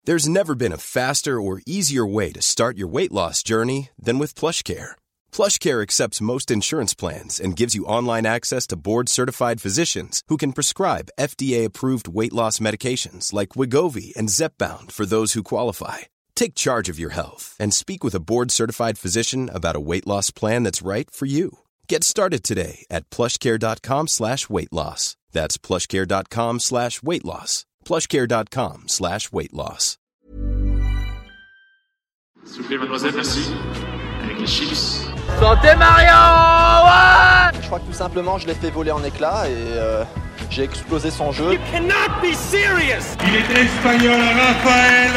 There's never been a faster or easier way to start your weight loss journey than with PlushCare. PlushCare accepts most insurance plans and gives you online access to board-certified physicians who can prescribe FDA-approved weight loss medications like Wegovy and Zepbound for those who qualify. Take charge of your health and speak with a board-certified physician about a weight loss plan that's right for you. Get started today at plushcare.com/weight loss. That's plushcare.com/weight loss. plushcare.com/weight loss. S'il vous plaît, mademoiselle, merci. Avec les chips. Santé Mario, ouais. Je crois que tout simplement, je l'ai fait voler en éclats et j'ai explosé son jeu. You cannot be serious. Il est espagnol, Rafael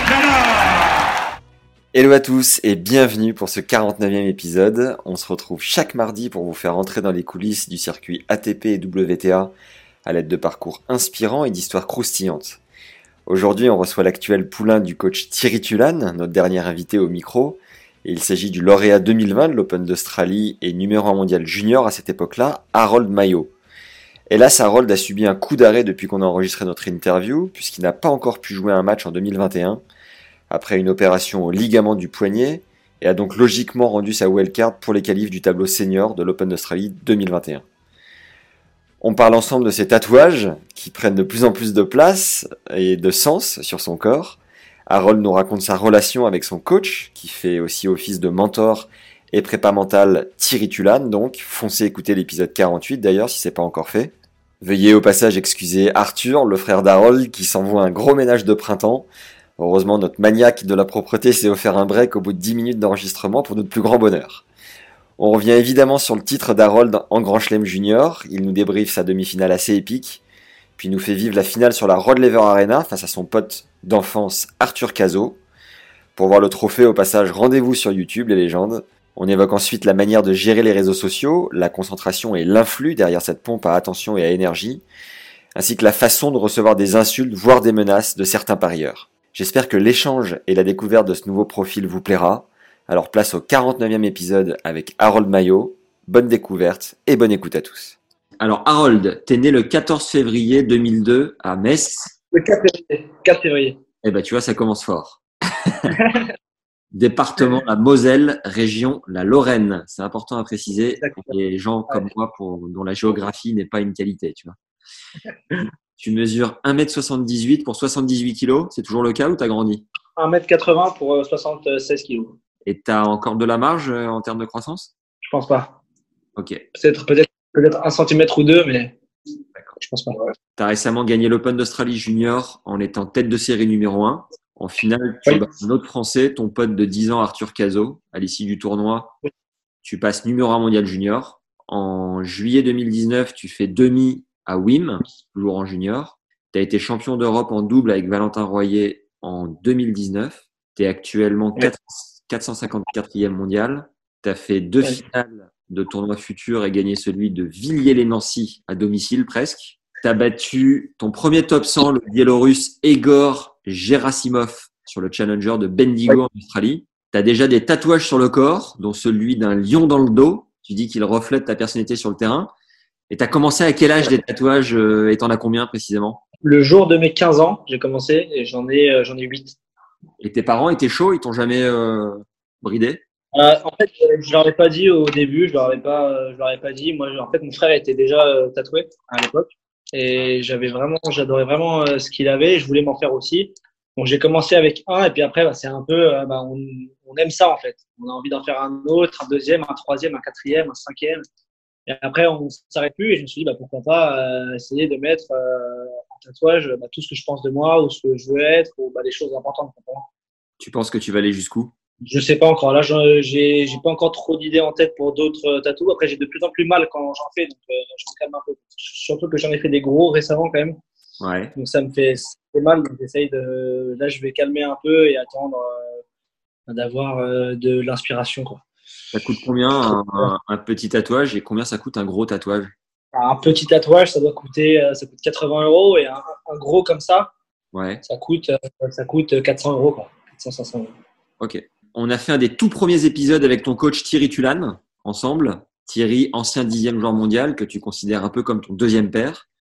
Nadal. Hello à tous et bienvenue pour ce 49e épisode. On se retrouve chaque mardi pour vous faire entrer dans les coulisses du circuit ATP et WTA à l'aide de parcours inspirants et d'histoires croustillantes. Aujourd'hui, on reçoit l'actuel poulain du coach Thierry Tulane, notre dernier invité au micro. Et il s'agit du lauréat 2020 de l'Open d'Australie et numéro 1 mondial junior à cette époque-là, Harold Mayo. Hélas, Harold a subi un coup d'arrêt depuis qu'on a enregistré notre interview, puisqu'il n'a pas encore pu jouer un match en 2021, après une opération au ligament du poignet, et a donc logiquement rendu sa wildcard pour les qualifs du tableau senior de l'Open d'Australie 2021. On parle ensemble de ses tatouages, qui prennent de plus en plus de place et de sens sur son corps. Harold nous raconte sa relation avec son coach, qui fait aussi office de mentor et prépa mental Thierry Tulane, donc foncez écouter l'épisode 48 d'ailleurs si c'est pas encore fait. Veuillez au passage excuser Arthur, le frère d'Harold, qui s'envoie un gros ménage de printemps. Heureusement, notre maniaque de la propreté s'est offert un break au bout de 10 minutes d'enregistrement pour notre plus grand bonheur. On revient évidemment sur le titre d'Harold en Grand Chelem Junior, il nous débriefe sa demi-finale assez épique, puis nous fait vivre la finale sur la Rod Laver Arena face à son pote d'enfance Arthur Cazaux. Pour voir le trophée, au passage, rendez-vous sur YouTube, les légendes. On évoque ensuite la manière de gérer les réseaux sociaux, la concentration et l'influx derrière cette pompe à attention et à énergie, ainsi que la façon de recevoir des insultes, voire des menaces de certains parieurs. J'espère que l'échange et la découverte de ce nouveau profil vous plaira. Alors place au 49e épisode avec Harold Mayo. Bonne découverte et bonne écoute à tous. Alors Harold, t'es né le 14 février 2002 à Metz. Le 4 février. Eh ben tu vois, ça commence fort. Département la Moselle, région la Lorraine. C'est important à préciser pour les gens comme moi dont la géographie n'est pas une qualité, tu vois. Tu mesures 1m78 pour 78 kg. C'est toujours le cas ou t'as grandi? 1m80 pour 76 kg. Et t'as encore de la marge en termes de croissance? Je pense pas. Ok. Peut-être 1 cm ou 2, mais je pense pas. Tu as récemment gagné l'Open d'Australie Junior en étant tête de série numéro 1. En finale, tu bats un autre Français, ton pote de 10 ans, Arthur Cazaux. À l'issue du tournoi, tu passes numéro 1 mondial junior. En juillet 2019, tu fais demi à Wim, toujours en junior. Tu as été champion d'Europe en double avec Valentin Royer en 2019. Tu es actuellement 454e mondial. Tu as fait 2 finales de tournois futurs et gagné celui de Villiers-les-Nancy à domicile presque. Tu as battu ton premier top 100, le Biélorusse Egor Gerasimov, sur le Challenger de Bendigo en Australie. Tu as déjà des tatouages sur le corps, dont celui d'un lion dans le dos. Tu dis qu'il reflète ta personnalité sur le terrain. Et tu as commencé à quel âge des tatouages et t'en as combien précisément? Le jour de mes 15 ans, j'ai commencé et j'en ai 8. Et tes parents étaient chauds? Ils t'ont jamais bridé? En fait, je leur ai pas dit au début, je leur ai pas dit. Moi, en fait, mon frère était déjà tatoué à l'époque et j'adorais vraiment ce qu'il avait et je voulais m'en faire aussi. Donc, j'ai commencé avec un et puis après, c'est un peu, on aime ça en fait. On a envie d'en faire un autre, un deuxième, un troisième, un quatrième, un cinquième. Et après, on s'arrête plus et je me suis dit, pourquoi pas essayer de mettre en tatouage tout ce que je pense de moi ou ce que je veux être ou des choses importantes pour moi. Tu penses que tu vas aller jusqu'où? Je sais pas encore. Là, j'ai pas encore trop d'idées en tête pour d'autres tatous. Après, j'ai de plus en plus mal quand j'en fais, donc je me calme un peu. Surtout que j'en ai fait des gros récemment quand même. Ouais. Donc ça me fait mal. Donc j'essaye de. Là, je vais calmer un peu et attendre d'avoir de l'inspiration, quoi. Ça coûte combien un petit tatouage et combien ça coûte un gros tatouage? Un petit tatouage, ça coûte 80 € et un gros comme ça, ouais. ça coûte 400 €, quoi. 400-500 €. Ok. On a fait un des tout premiers épisodes avec ton coach Thierry Tulane ensemble. Thierry, ancien 10e joueur mondial que tu considères un peu comme ton deuxième père.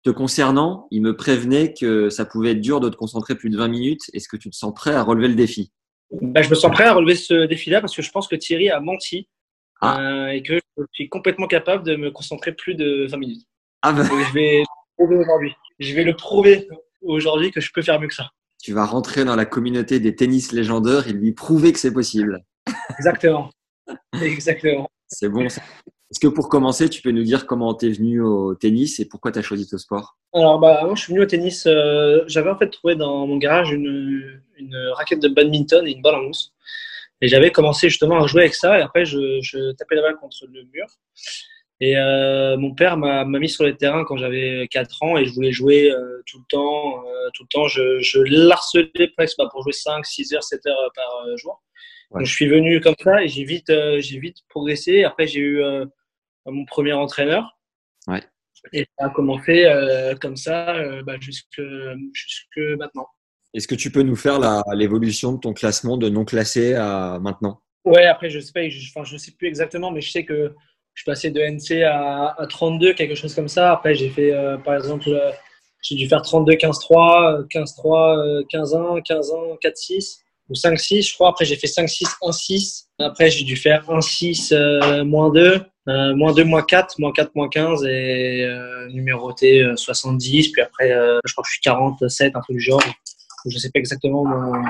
Te concernant, il me prévenait que ça pouvait être dur de te concentrer plus de 20 minutes. Est-ce que tu te sens prêt à relever le défi? Je me sens prêt à relever ce défi-là parce que je pense que Thierry a menti et que je suis complètement capable de me concentrer plus de 20 minutes. Donc, je vais le prouver aujourd'hui. Je vais le prouver aujourd'hui que je peux faire mieux que ça. Tu vas rentrer dans la communauté des tennis légendaires et lui prouver que c'est possible. Exactement. Exactement. C'est bon. Est-ce que pour commencer, tu peux nous dire comment tu es venu au tennis et pourquoi tu as choisi ce sport? Alors, moi, je suis venu au tennis. J'avais en fait trouvé dans mon garage une raquette de badminton et une balle en mousse. Et j'avais commencé justement à jouer avec ça. Et après, je tapais la balle contre le mur. Et mon père m'a mis sur les terrains quand j'avais 4 ans et je voulais jouer tout le temps. Je l'harcelais presque pour jouer 5, 6 heures, 7 heures par jour. Ouais. Donc, je suis venu comme ça et j'ai vite progressé. Après, j'ai eu mon premier entraîneur. Ouais. Et ça a commencé comme ça jusque maintenant. Est-ce que tu peux nous faire l'évolution de ton classement de non classé à maintenant? Ouais, après, je sais pas, je sais plus exactement, mais je sais que je suis passé de NC à 32, quelque chose comme ça. Après, j'ai fait, par exemple, j'ai dû faire 32, 15-3, 15-3, 15-1, 15-1, 4-6 ou 5-6, je crois. Après, j'ai fait 5-6, 1-6. Après, j'ai dû faire 1-6, -2, -2, -4, -4, -15 et numéroté 70. Puis après, je crois que je suis 47, un truc du genre. Je ne sais pas exactement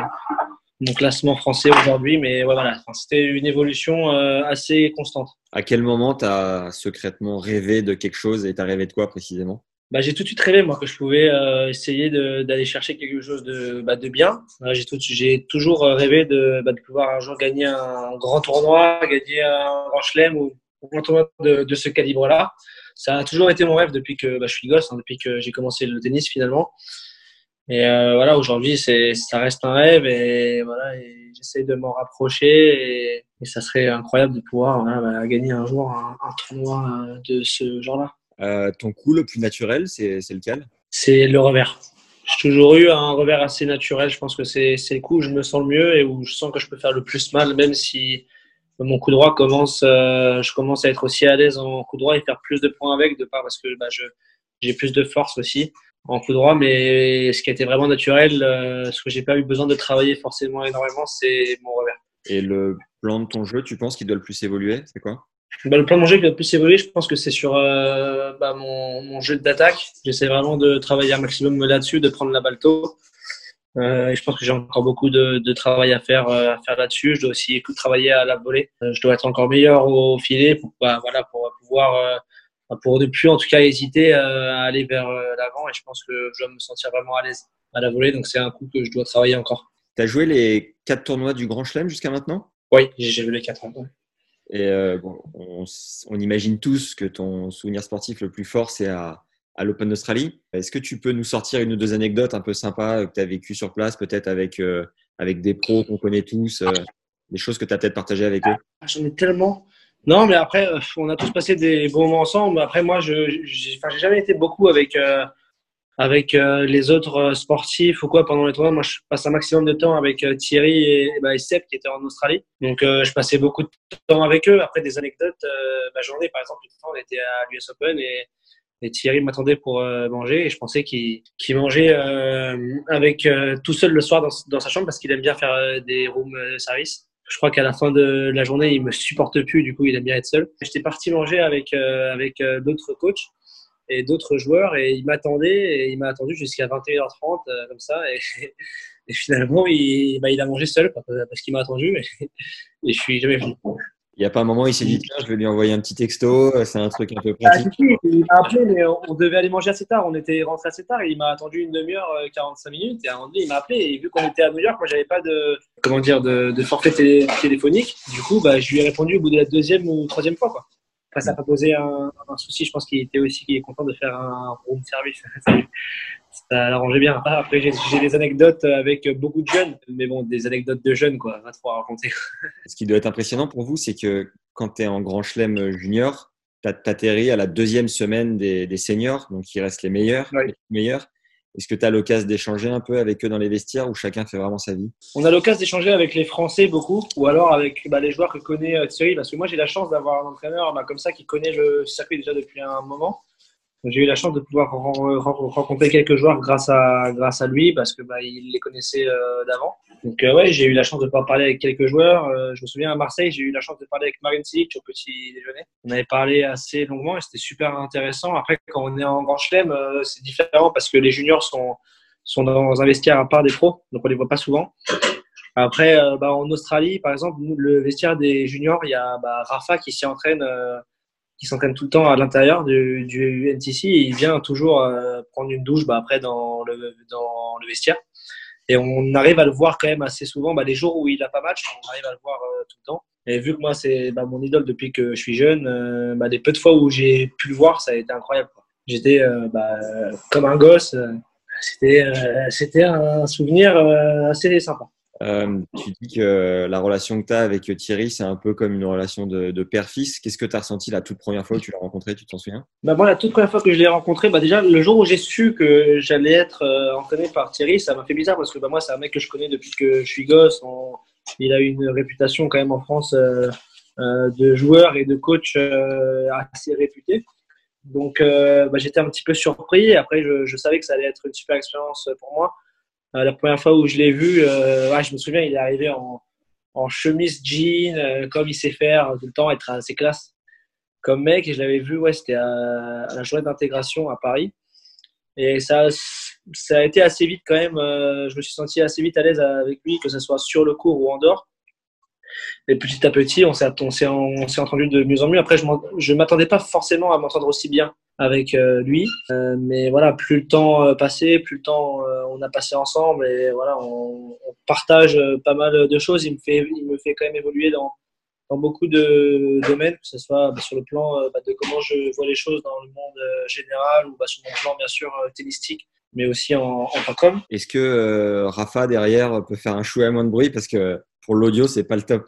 mon classement français aujourd'hui, mais ouais, voilà, c'était une évolution assez constante. À quel moment tu as secrètement rêvé de quelque chose et tu as rêvé de quoi précisément? J'ai tout de suite rêvé, moi, que je pouvais essayer d'aller chercher quelque chose de bien. J'ai toujours rêvé de pouvoir un jour gagner un grand tournoi, gagner un grand chelem ou un tournoi de ce calibre-là. Ça a toujours été mon rêve depuis que je suis gosse, depuis que j'ai commencé le tennis finalement. Et voilà, aujourd'hui, ça reste un rêve et voilà, et j'essaie de m'en rapprocher et ça serait incroyable de pouvoir gagner un jour un tournoi de ce genre-là. Ton coup le plus naturel, c'est lequel? C'est le revers. J'ai toujours eu un revers assez naturel. Je pense que c'est le coup où je me sens le mieux et où je sens que je peux faire le plus mal, même si mon coup droit je commence à être aussi à l'aise en coup droit et faire plus de points avec, parce que j'ai plus de force aussi en coup droit. Mais ce qui a été vraiment naturel, ce que j'ai pas eu besoin de travailler forcément énormément, c'est mon revers. Et le plan de ton jeu, tu penses qu'il doit le plus évoluer? C'est quoi? Le plan de mon jeu qui doit le plus évoluer, je pense que c'est sur mon jeu d'attaque. J'essaie vraiment de travailler un maximum là-dessus, de prendre la balle tôt. Et je pense que j'ai encore beaucoup de travail à faire là-dessus. Je dois aussi travailler à la volée. Je dois être encore meilleur au filet pour pouvoir pour ne plus en tout cas hésiter à aller vers l'avant. Et je pense que je dois me sentir vraiment à l'aise à la volée. Donc c'est un coup que je dois travailler encore. Tu as joué les 4 tournois du Grand Chelem jusqu'à maintenant? Oui, j'ai joué les 4 ans. Et on imagine tous que ton souvenir sportif le plus fort, c'est à l'Open d'Australie. Est-ce que tu peux nous sortir une ou deux anecdotes un peu sympas que tu as vécues sur place, peut-être avec des pros qu'on connaît tous, des choses que tu as peut-être partagées avec eux? J'en ai tellement. Non, mais après, on a tous passé des bons moments ensemble. Après, moi, j'ai jamais été beaucoup avec les autres sportifs ou quoi pendant les tournois. Moi, je passe un maximum de temps avec Thierry et Seb qui étaient en Australie. Donc, je passais beaucoup de temps avec eux. Après, des anecdotes, j'en ai. Par exemple, une fois, on était à l'US Open et Thierry m'attendait pour manger et je pensais qu'il mangeait avec tout seul le soir dans sa chambre parce qu'il aime bien faire des room service. Je crois qu'à la fin de la journée, il me supporte plus. Du coup, il aime bien être seul. J'étais parti manger avec d'autres coachs et d'autres joueurs et il m'a attendu jusqu'à 21h30 comme ça et finalement il a mangé seul parce qu'il m'a attendu et je suis jamais venu. Il n'y a pas un moment où il s'est dit tiens, je vais lui envoyer un petit texto, c'est un truc un peu pratique. Il m'a appelé, mais on devait aller manger assez tard, on était rentré assez tard et il m'a attendu une demi-heure, 45 minutes et à un moment donné il m'a appelé et vu qu'on était à New York, moi j'avais pas de forfait téléphonique, du coup je lui ai répondu au bout de la deuxième ou troisième fois quoi. Après, ça n'a pas posé un souci. Je pense qu'il est content de faire un room service. Ça l'arrangeait bien. Après, j'ai des anecdotes avec beaucoup de jeunes, mais bon, des anecdotes de jeunes, quoi. Pas trop à raconter. Ce qui doit être impressionnant pour vous, c'est que quand tu es en Grand Chelem junior, tu atterris à la deuxième semaine des seniors, donc il reste les meilleurs. Ouais. Les meilleurs. Est-ce que tu as l'occasion d'échanger un peu avec eux dans les vestiaires où chacun fait vraiment sa vie? On a l'occasion d'échanger avec les Français beaucoup, ou alors avec les joueurs que connaît Thierry, parce que moi j'ai la chance d'avoir un entraîneur comme ça qui connaît le circuit déjà depuis un moment. Donc, j'ai eu la chance de pouvoir rencontrer quelques joueurs grâce à lui parce que il les connaissait d'avant. Donc ouais, j'ai eu la chance de pouvoir parler avec quelques joueurs. Je me souviens à Marseille, j'ai eu la chance de parler avec Marin Cilic au petit déjeuner. On avait parlé assez longuement et c'était super intéressant. Après, quand on est en Grand Chelem, c'est différent parce que les juniors sont dans un vestiaire à part des pros, donc on les voit pas souvent. Après, en Australie, par exemple, le vestiaire des juniors, il y a Rafa qui s'entraîne tout le temps à l'intérieur du NTC et il vient toujours prendre une douche après dans le vestiaire. Et on arrive à le voir quand même assez souvent. Les jours où il n'a pas match, on arrive à le voir tout le temps. Et vu que moi, c'est mon idole depuis que je suis jeune, les peu de fois où j'ai pu le voir, ça a été incroyable, quoi. J'étais comme un gosse. C'était un souvenir assez sympa. Tu dis que la relation que tu as avec Thierry, c'est un peu comme une relation de père-fils. Qu'est-ce que tu as ressenti la toute première fois que tu l'as rencontré, tu t'en souviens? Moi, la toute première fois que je l'ai rencontré, déjà, le jour où j'ai su que j'allais être entraîné par Thierry, ça m'a fait bizarre parce que moi, c'est un mec que je connais depuis que je suis gosse. Il a une réputation quand même en France de joueur et de coach assez réputé. Donc, j'étais un petit peu surpris. Après, je savais que ça allait être une super expérience pour moi. La première fois où je l'ai vu, je me souviens, il est arrivé en chemise jean, comme il sait faire tout le temps, être assez classe comme mec. Et je l'avais vu, c'était à la journée d'intégration à Paris. Et ça a été assez vite quand même. Je me suis senti assez vite à l'aise avec lui, que ce soit sur le court ou en dehors. Et petit à petit, on s'est entendu de mieux en mieux. Après, je m'attendais pas forcément à m'entendre aussi bien avec lui. Mais voilà, plus le temps passait, plus le temps on a passé ensemble. Et voilà, on partage pas mal de choses. Il me fait quand même évoluer dans beaucoup de domaines, que ce soit sur le plan de comment je vois les choses dans le monde général ou sur mon plan, bien sûr, tennistique, mais aussi en tant qu'homme. Est-ce que Rafa, derrière, peut faire un chouïa moins de bruit? Parce que pour l'audio, c'est pas le top.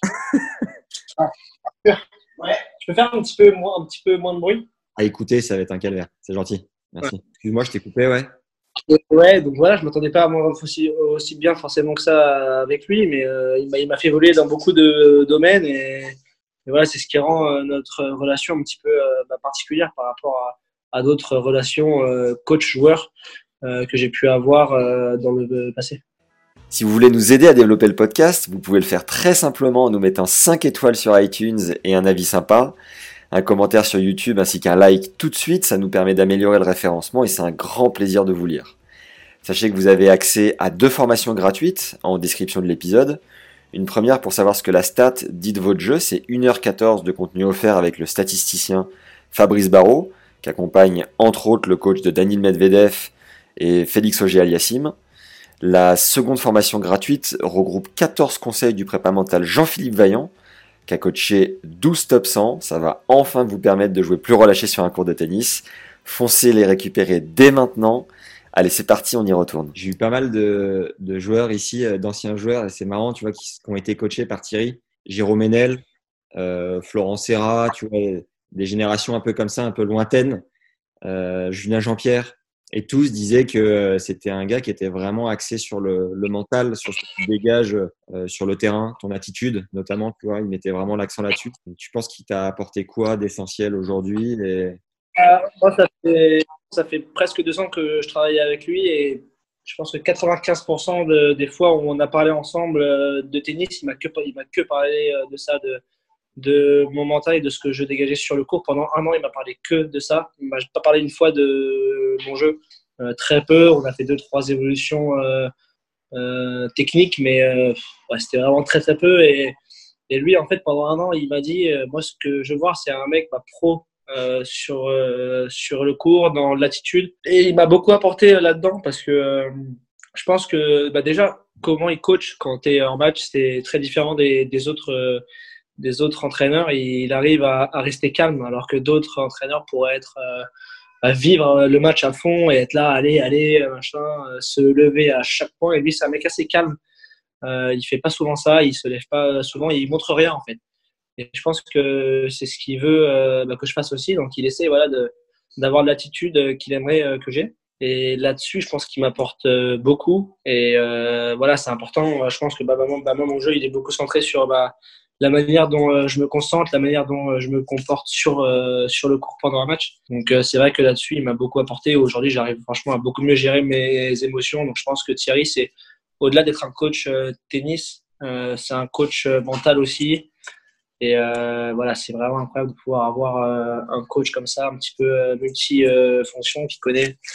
Ouais, je peux faire un petit peu moins de bruit. À écouter, ça va être un calvaire. C'est gentil. Merci. Ouais. Excuse-moi, je t'ai coupé, ouais. Ouais, donc voilà, je m'attendais pas à m'entendre aussi bien forcément que ça avec lui, mais il m'a fait évoluer dans beaucoup de domaines et voilà, c'est ce qui rend notre relation un petit peu particulière par rapport à d'autres relations coach-joueur que j'ai pu avoir dans le passé. Si vous voulez nous aider à développer le podcast, vous pouvez le faire très simplement en nous mettant 5 étoiles sur iTunes et un avis sympa, un commentaire sur YouTube ainsi qu'un like tout de suite, ça nous permet d'améliorer le référencement et c'est un grand plaisir de vous lire. Sachez que vous avez accès à 2 formations gratuites en description de l'épisode. Une première pour savoir ce que la stat dit de votre jeu, c'est 1h14 de contenu offert avec le statisticien Fabrice Barrault, qui accompagne entre autres le coach de Daniil Medvedev et Félix Auger-Aliassime. La seconde formation gratuite regroupe 14 conseils du prépa mental Jean-Philippe Vaillant, qui a coaché 12 top 100. Ça va enfin vous permettre de jouer plus relâché sur un court de tennis. Foncez les récupérer dès maintenant. Allez, c'est parti, on y retourne. J'ai eu pas mal de joueurs ici, d'anciens joueurs, et c'est marrant, tu vois, qui ont été coachés par Thierry. Jérôme Hénel, Florent Serra, tu vois, des générations un peu comme ça, un peu lointaines. Julien Jean-Pierre. Et tous disaient que c'était un gars qui était vraiment axé sur le mental, sur ce que tu dégages sur le terrain, ton attitude notamment. Tu vois, il mettait vraiment l'accent là-dessus. Tu penses qu'il t'a apporté quoi d'essentiel aujourd'hui Moi, ça fait presque 2 ans que je travaille avec lui et je pense que 95% des fois où on a parlé ensemble de tennis, il m'a que parlé de ça, de mon mental et de ce que je dégageais sur le court. Pendant 1 an, il m'a parlé que de ça. Il m'a pas parlé une fois de mon jeu. Très peu. On a fait 2-3 évolutions techniques, mais c'était vraiment très très peu. Et lui, en fait, pendant 1 an, il m'a dit moi, ce que je veux voir, c'est un mec pro sur le court, dans l'attitude. Et il m'a beaucoup apporté là-dedans parce que je pense que déjà, comment il coach quand tu es en match, c'est très différent des autres entraîneurs. Il arrive à rester calme alors que d'autres entraîneurs pourraient être à vivre le match à fond et être là, allez, machin, se lever à chaque point. Et lui, c'est un mec assez calme. Il fait pas souvent ça, il se lève pas souvent, il montre rien en fait. Et je pense que c'est ce qu'il veut que je fasse aussi. Donc il essaie d'avoir de l'attitude qu'il aimerait que j'ai. Et là-dessus, je pense qu'il m'apporte beaucoup. Et voilà, c'est important. Je pense que moi, mon jeu, il est beaucoup centré sur la manière dont je me concentre, la manière dont je me comporte sur le court pendant un match. Donc c'est vrai que là-dessus, il m'a beaucoup apporté. Aujourd'hui, j'arrive franchement à beaucoup mieux gérer mes émotions. Donc je pense que Thierry, c'est au-delà d'être un coach tennis, c'est un coach mental aussi. Et voilà, c'est vraiment incroyable de pouvoir avoir un coach comme ça, un petit peu multi-fonction, qui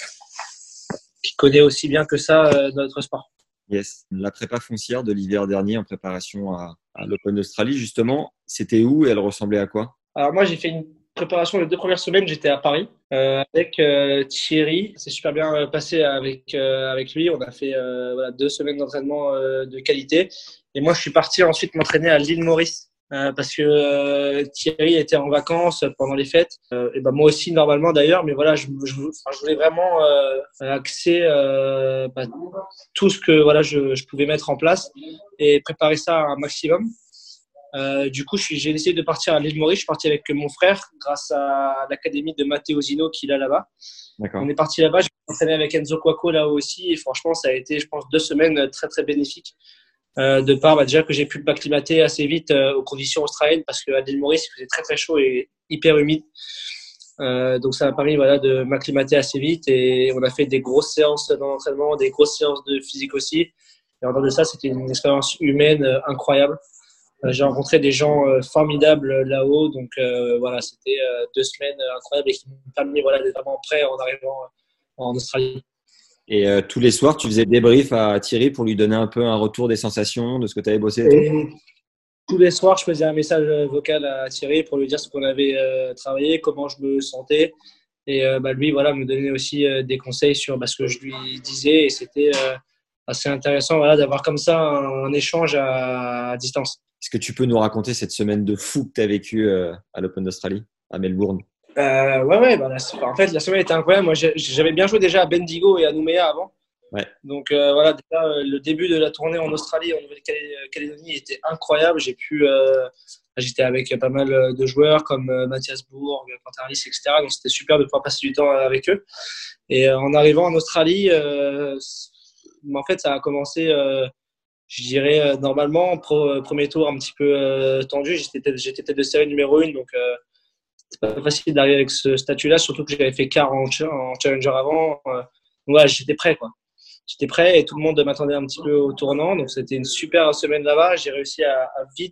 connaît aussi bien que ça notre sport. Yes. La prépa foncière de l'hiver dernier en préparation à l'Open d'Australie, justement, c'était où et elle ressemblait à quoi? Alors moi, j'ai fait une préparation les 2 premières semaines, j'étais à Paris avec Thierry. C'est super bien passé avec lui. On a fait 2 semaines d'entraînement de qualité. Et moi, je suis parti ensuite m'entraîner à l'île Maurice. Parce que Thierry était en vacances pendant les fêtes, et ben moi aussi normalement d'ailleurs, mais voilà, je voulais vraiment axer tout ce que voilà je pouvais mettre en place et préparer ça un maximum. Du coup, j'ai décidé de partir à l'île Maurice. Je suis parti avec mon frère grâce à l'académie de Matteo Zino qu'il a là-bas. D'accord. On est parti là-bas, j'ai entraîné avec Enzo Quaco là aussi, et franchement, ça a été, je pense, 2 semaines très très bénéfiques. De part déjà que j'ai pu m'acclimater assez vite aux conditions australiennes parce qu'à l'île Maurice il faisait très très chaud et hyper humide, donc ça m'a permis de m'acclimater assez vite et on a fait des grosses séances d'entraînement, des grosses séances de physique aussi, et en dehors de ça c'était une expérience humaine incroyable. J'ai rencontré des gens formidables là-haut, donc voilà, c'était 2 semaines incroyables et qui m'ont permis d'être vraiment prêt en arrivant en Australie. Et tous les soirs, tu faisais débrief à Thierry pour lui donner un peu un retour des sensations, de ce que tu avais bossé et tout? Tous les soirs, je faisais un message vocal à Thierry pour lui dire ce qu'on avait travaillé, comment je me sentais. Et lui, me donnait aussi des conseils sur ce que je lui disais. Et c'était assez intéressant d'avoir comme ça un échange à distance. Est-ce que tu peux nous raconter cette semaine de fou que tu as vécue à l'Open d'Australie, à Melbourne? En fait, la semaine était incroyable. Moi, j'avais bien joué déjà à Bendigo et à Nouméa avant. Ouais. Donc, déjà, le début de la tournée en Australie, en Nouvelle-Calédonie, était incroyable. J'étais avec pas mal de joueurs comme Mathias Bourg, Quentin Harris, etc. Donc, c'était super de pouvoir passer du temps avec eux. Et en arrivant en Australie, en fait, ça a commencé, je dirais, normalement, premier tour un petit peu tendu. J'étais tête de série numéro 1, donc c'est pas facile d'arriver avec ce statut-là, surtout que j'avais fait quart en challenger avant. Donc j'étais prêt, quoi. J'étais prêt et tout le monde m'attendait un petit peu au tournant. Donc c'était une super semaine là-bas. J'ai réussi à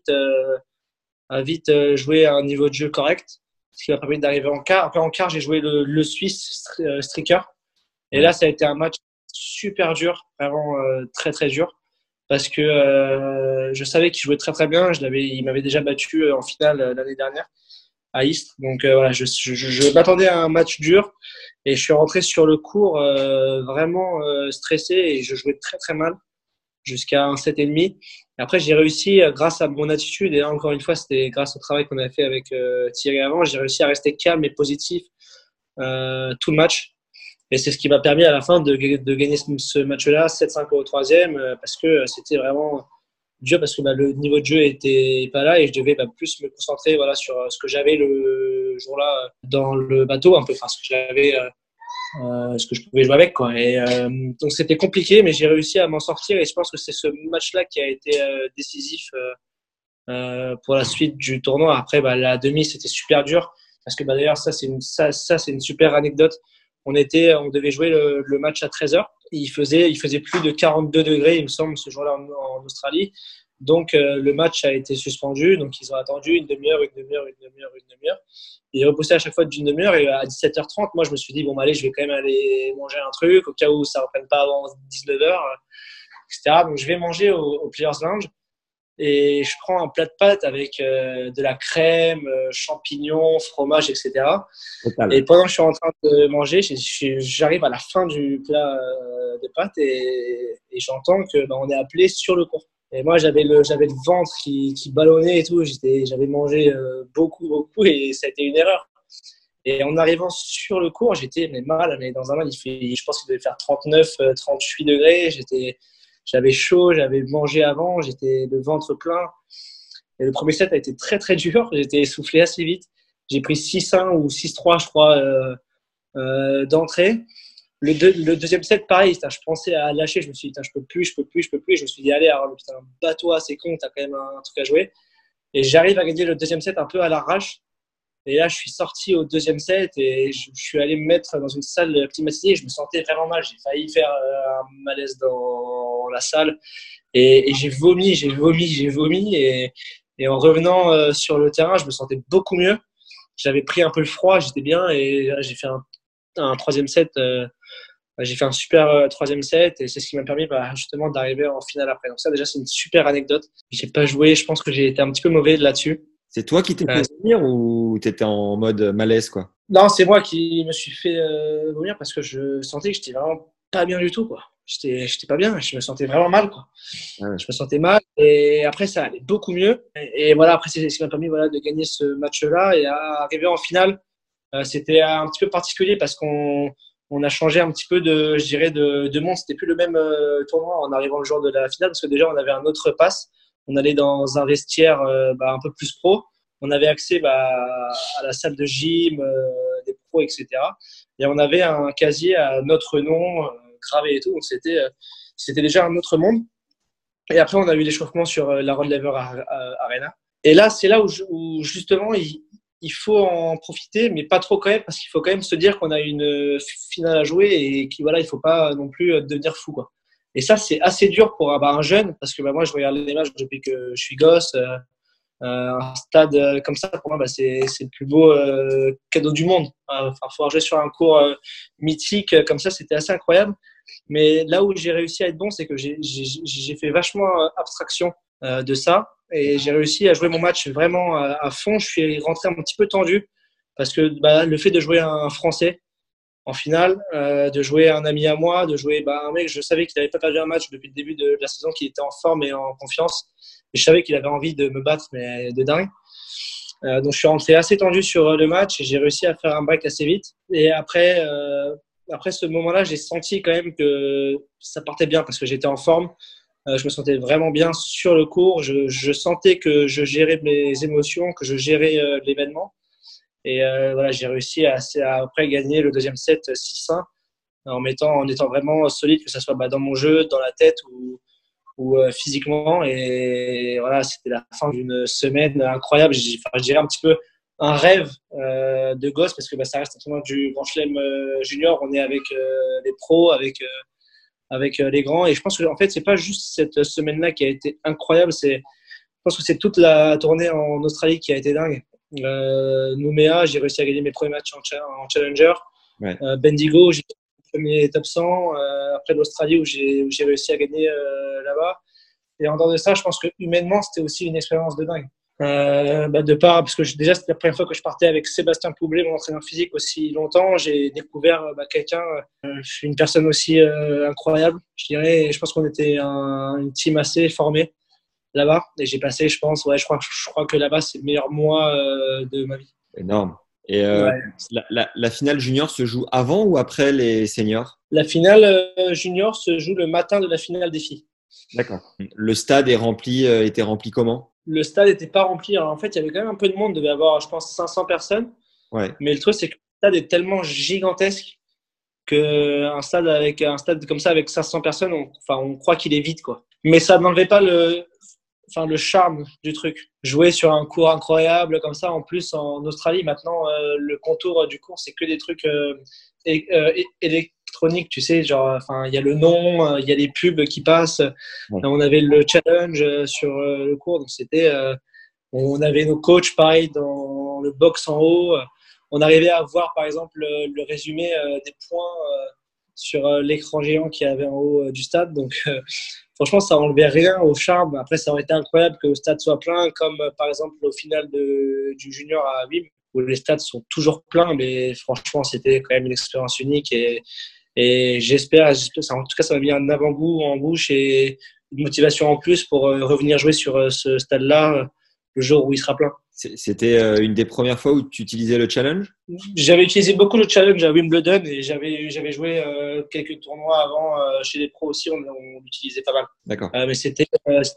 vite jouer à un niveau de jeu correct, ce qui m'a permis d'arriver en quart. Après en quart, j'ai joué le Suisse Stricker. Et là, ça a été un match super dur, vraiment très très dur, parce que je savais qu'il jouait très très bien. Il m'avait déjà battu en finale l'année dernière à Istres. Donc je m'attendais à un match dur et je suis rentré sur le court vraiment stressé et je jouais très très mal jusqu'à un 7,5. Après j'ai réussi grâce à mon attitude, et là encore une fois c'était grâce au travail qu'on avait fait avec Thierry avant, j'ai réussi à rester calme et positif tout le match, et c'est ce qui m'a permis à la fin de gagner ce match-là 7-5 au troisième, parce que c'était vraiment dur, parce que le niveau de jeu était pas là et je devais plus me concentrer sur ce que j'avais le jour-là dans le bateau, un peu, ce que j'avais, ce que je pouvais jouer avec, quoi. Et donc c'était compliqué, mais j'ai réussi à m'en sortir, et je pense que c'est ce match-là qui a été décisif pour la suite du tournoi. Après, la demi, c'était super dur, parce que d'ailleurs ça c'est une super anecdote. On devait jouer le match à 13h. Il faisait plus de 42 degrés, il me semble, ce jour-là en Australie. Donc, le match a été suspendu. Donc, ils ont attendu une demi-heure. Et ils repoussaient à chaque fois d'une demi-heure. Et à 17h30, moi, je me suis dit, allez, je vais quand même aller manger un truc au cas où ça ne reprenne pas avant 19h, etc. Donc, je vais manger au Players Lounge. Et je prends un plat de pâtes avec de la crème, champignons, fromage, etc. Total. Et pendant que je suis en train de manger, j'arrive à la fin du plat de pâtes et j'entends que on est appelé sur le court. Et moi, j'avais le ventre qui ballonnait et tout. J'avais mangé beaucoup, et ça a été une erreur. Et en arrivant sur le court, j'étais mal, mais dans un moment, je pense qu'il devait faire 39, 38 degrés. J'avais chaud, j'avais mangé avant, j'étais le ventre plein. Et le premier set a été très, très dur. J'étais essoufflé assez vite. J'ai pris 6-1 ou 6-3, je crois, d'entrée. Le deuxième set, pareil. Je pensais à lâcher. Je me suis dit, je peux plus. Je me suis dit, allez, alors, un bateau, c'est con, t'as quand même un truc à jouer. Et j'arrive à gagner le deuxième set un peu à l'arrache. Et là, je suis sorti au deuxième set et je suis allé me mettre dans une salle climatisée. Et je me sentais vraiment mal. J'ai failli faire un malaise dans la salle. Et j'ai vomi. Et en revenant sur le terrain, je me sentais beaucoup mieux. J'avais pris un peu le froid, j'étais bien. Et là, j'ai fait un troisième set. J'ai fait un super troisième set. Et c'est ce qui m'a permis justement d'arriver en finale après. Donc ça, déjà, c'est une super anecdote. J'ai pas joué. Je pense que j'ai été un petit peu mauvais là-dessus. C'est toi qui t'es fait vomir ou t'étais en mode malaise, quoi? Non, c'est moi qui me suis fait vomir parce que je sentais que j'étais vraiment pas bien du tout, quoi. J'étais pas bien, je me sentais vraiment mal, quoi. Ouais. Je me sentais mal et après ça allait beaucoup mieux. Et voilà, après c'est ce qui m'a permis de gagner ce match-là et arriver en finale. C'était un petit peu particulier parce qu'on a changé un petit peu de monde. C'était plus le même tournoi en arrivant le jour de la finale parce que déjà on avait un autre pass. On allait dans un vestiaire un peu plus pro. On avait accès à la salle de gym, des pros, etc. Et on avait un casier à notre nom gravé et tout. Donc c'était déjà un autre monde. Et après, on a eu l'échauffement sur la Rod Laver Arena. Et là, c'est là où justement, il faut en profiter, mais pas trop quand même, parce qu'il faut quand même se dire qu'on a une finale à jouer et qu'il il faut pas non plus devenir fou, quoi. Et ça, c'est assez dur pour un jeune, parce que moi, je regarde les matchs depuis que je suis gosse. Un stade comme ça, pour moi, c'est le plus beau cadeau du monde. Pouvoir jouer sur un cours mythique comme ça, c'était assez incroyable. Mais là où j'ai réussi à être bon, c'est que j'ai fait vachement abstraction de ça. Et j'ai réussi à jouer mon match vraiment à fond. Je suis rentré un petit peu tendu, parce que le fait de jouer un Français en finale, de jouer un ami à moi, de jouer un mec, je savais qu'il n'avait pas perdu un match depuis le début de la saison, qu'il était en forme et en confiance. Et je savais qu'il avait envie de me battre, mais de dingue. Donc je suis rentré assez tendu sur le match et j'ai réussi à faire un break assez vite. Et après ce moment-là, j'ai senti quand même que ça partait bien parce que j'étais en forme. Je me sentais vraiment bien sur le court. Je sentais que je gérais mes émotions, que je gérais l'événement. Et j'ai réussi à après gagner le deuxième set 6-1 en étant vraiment solide, que ce soit dans mon jeu, dans la tête ou physiquement. Et voilà, c'était la fin d'une semaine incroyable. Je dirais un petit peu un rêve de gosse, parce que ça reste un tournoi du Grand Chelem junior. On est avec les pros, avec les grands. Et je pense que en fait, c'est pas juste cette semaine-là qui a été incroyable. Je pense que c'est toute la tournée en Australie qui a été dingue. Nouméa, j'ai réussi à gagner mes premiers matchs en Challenger. Ouais. Bendigo, j'ai gagné mes premiers top 100. Après l'Australie, où j'ai réussi à gagner là-bas. Et en dehors de ça, je pense que humainement, c'était aussi une expérience de dingue. Parce que déjà, c'était la première fois que je partais avec Sébastien Poublet, mon entraîneur physique, aussi longtemps. J'ai découvert quelqu'un, une personne aussi incroyable, je dirais. Et je pense qu'on était une team assez formée là-bas. Et j'ai passé, je crois que là-bas, c'est le meilleur mois de ma vie. Énorme. Et la finale junior se joue avant ou après les seniors? La finale junior se joue le matin de la finale des filles. D'accord. Le stade était rempli comment? Le stade n'était pas rempli. Alors, en fait, il y avait quand même un peu de monde. Il devait y avoir, je pense, 500 personnes. Ouais. Mais le truc, c'est que le stade est tellement gigantesque qu'un stade comme ça avec 500 personnes, on croit qu'il est vide, quoi. Mais ça n'enlevait pas le charme du truc. Jouer sur un cours incroyable comme ça, en plus en Australie, maintenant, le contour du cours, c'est que des trucs électroniques, tu sais, il y a le nom, il y a les pubs qui passent. Ouais. On avait le challenge sur le cours, donc on avait nos coachs, pareil, dans le box en haut. On arrivait à voir, par exemple, le résumé des points sur l'écran géant qu'il y avait en haut du stade. Donc, franchement, ça enlevait rien au charme. Après, ça aurait été incroyable que le stade soit plein, comme par exemple au final du junior à Wim, où les stades sont toujours pleins. Mais franchement, c'était quand même une expérience unique. Et j'espère, en tout cas, ça m'a mis un avant-goût en bouche et une motivation en plus pour revenir jouer sur ce stade-là le jour où il sera plein. C'était une des premières fois où tu utilisais le challenge? J'avais utilisé beaucoup le challenge à Wimbledon et j'avais joué quelques tournois avant chez les pros aussi, on l'utilisait pas mal. D'accord. Mais c'était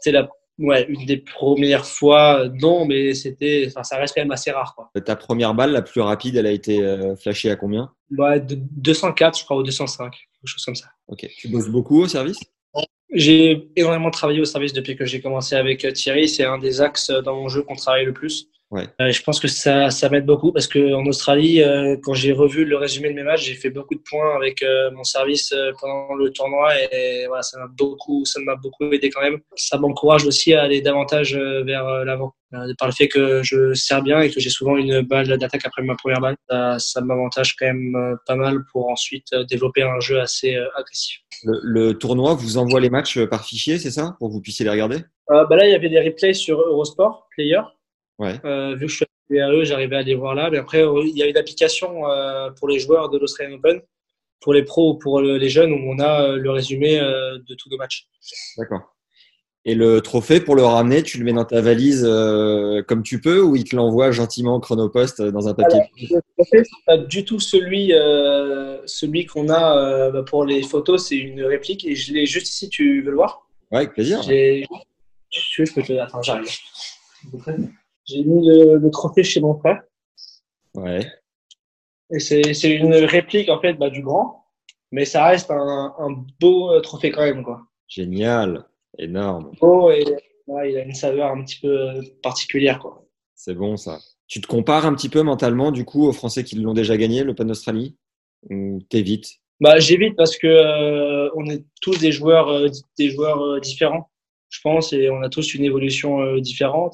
une des premières fois, non, mais ça reste quand même assez rare, quoi. Ta première balle, la plus rapide, elle a été flashée à combien? De 204, je crois, ou 205, quelque chose comme ça. Ok. Tu bosses beaucoup au service? J'ai énormément travaillé au service depuis que j'ai commencé avec Thierry. C'est un des axes dans mon jeu qu'on travaille le plus. Ouais. Je pense que ça m'aide beaucoup parce qu'en Australie, quand j'ai revu le résumé de mes matchs, j'ai fait beaucoup de points avec mon service pendant le tournoi et voilà, ça m'a beaucoup aidé quand même. Ça m'encourage aussi à aller davantage vers l'avant. Par le fait que je sers bien et que j'ai souvent une balle d'attaque après ma première balle, ça m'avantage quand même pas mal pour ensuite développer un jeu assez agressif. Le tournoi vous envoie les matchs par fichier, c'est ça, pour que vous puissiez les regarder? Là, il y avait des replays sur Eurosport Player. Ouais. Vu que je suis arrivé à eux, j'arrivais à les voir là. Mais après, il y a une application pour les joueurs de l'Australian Open, pour les pros ou pour les jeunes, où on a le résumé de tous nos matchs. D'accord. Et le trophée, pour le ramener, tu le mets dans ta valise comme tu peux, ou il te l'envoie gentiment au Chronopost dans un papier? Alors, le trophée, c'est pas du tout celui qu'on a pour les photos. C'est une réplique et je l'ai juste ici. Tu veux le voir? Ouais, avec plaisir. Je peux te... Attends, j'arrive. J'ai mis le trophée chez mon frère. Ouais. Et c'est une réplique en fait du grand, mais ça reste un beau trophée quand même, quoi. Génial, énorme. Beau et il a une saveur un petit peu particulière, quoi. C'est bon ça. Tu te compares un petit peu mentalement du coup aux Français qui l'ont déjà gagné, l'Open d'Australie, ou t'évites? J'évite parce que on est tous des joueurs différents, je pense, et on a tous une évolution différente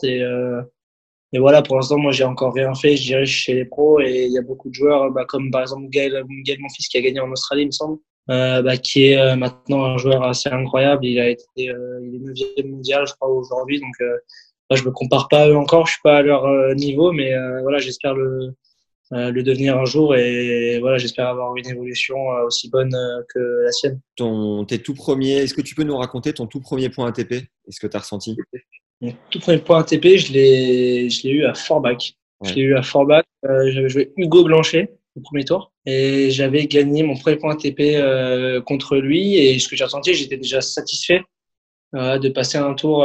et voilà, pour l'instant, moi, j'ai encore rien fait. Je dirais chez les pros et il y a beaucoup de joueurs, comme par exemple Gaël Monfils qui a gagné en Australie, il me semble, qui est maintenant un joueur assez incroyable. Il est 9e mondial, je crois, aujourd'hui. Donc, je me compare pas à eux encore. Je suis pas à leur niveau, mais voilà, j'espère le devenir un jour et voilà, j'espère avoir une évolution aussi bonne que la sienne. Tes tout premiers, est-ce que tu peux nous raconter ton tout premier point ATP? Est-ce que tu as ressenti? Mon tout premier point ATP, je l'ai eu à Forbach. Ouais. Je l'ai eu à Forbach. J'avais joué Hugo Blanchet au premier tour et j'avais gagné mon premier point ATP contre lui. Et ce que j'ai ressenti, j'étais déjà satisfait de passer un tour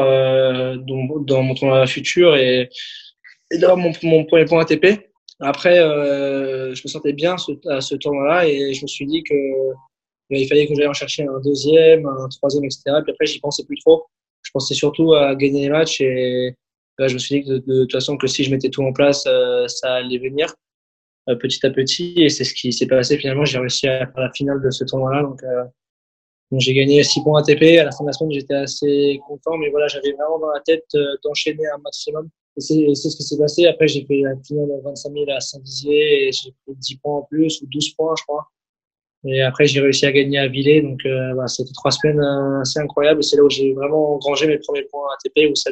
dans mon tournoi futur et d'avoir mon premier point ATP. Après, je me sentais bien à ce tournoi-là et je me suis dit que il fallait que j'aille en chercher un deuxième, un troisième, etc. Puis après, j'y pensais plus trop. Je pensais surtout à gagner les matchs et je me suis dit que de toute façon que si je mettais tout en place, ça allait venir petit à petit et c'est ce qui s'est passé finalement. J'ai réussi à faire la finale de ce tournoi-là, donc j'ai gagné 6 points ATP. À la fin de la semaine, j'étais assez content, mais voilà, j'avais vraiment dans la tête d'enchaîner un maximum. Et c'est ce qui s'est passé. Après, j'ai fait la finale à 25 000 à Saint-Dizier et j'ai fait 10 points en plus ou 12 points, je crois. Et après, j'ai réussi à gagner à Villers. Donc, c'était 3 semaines assez incroyables. C'est là où j'ai vraiment engrangé mes premiers points ATP, où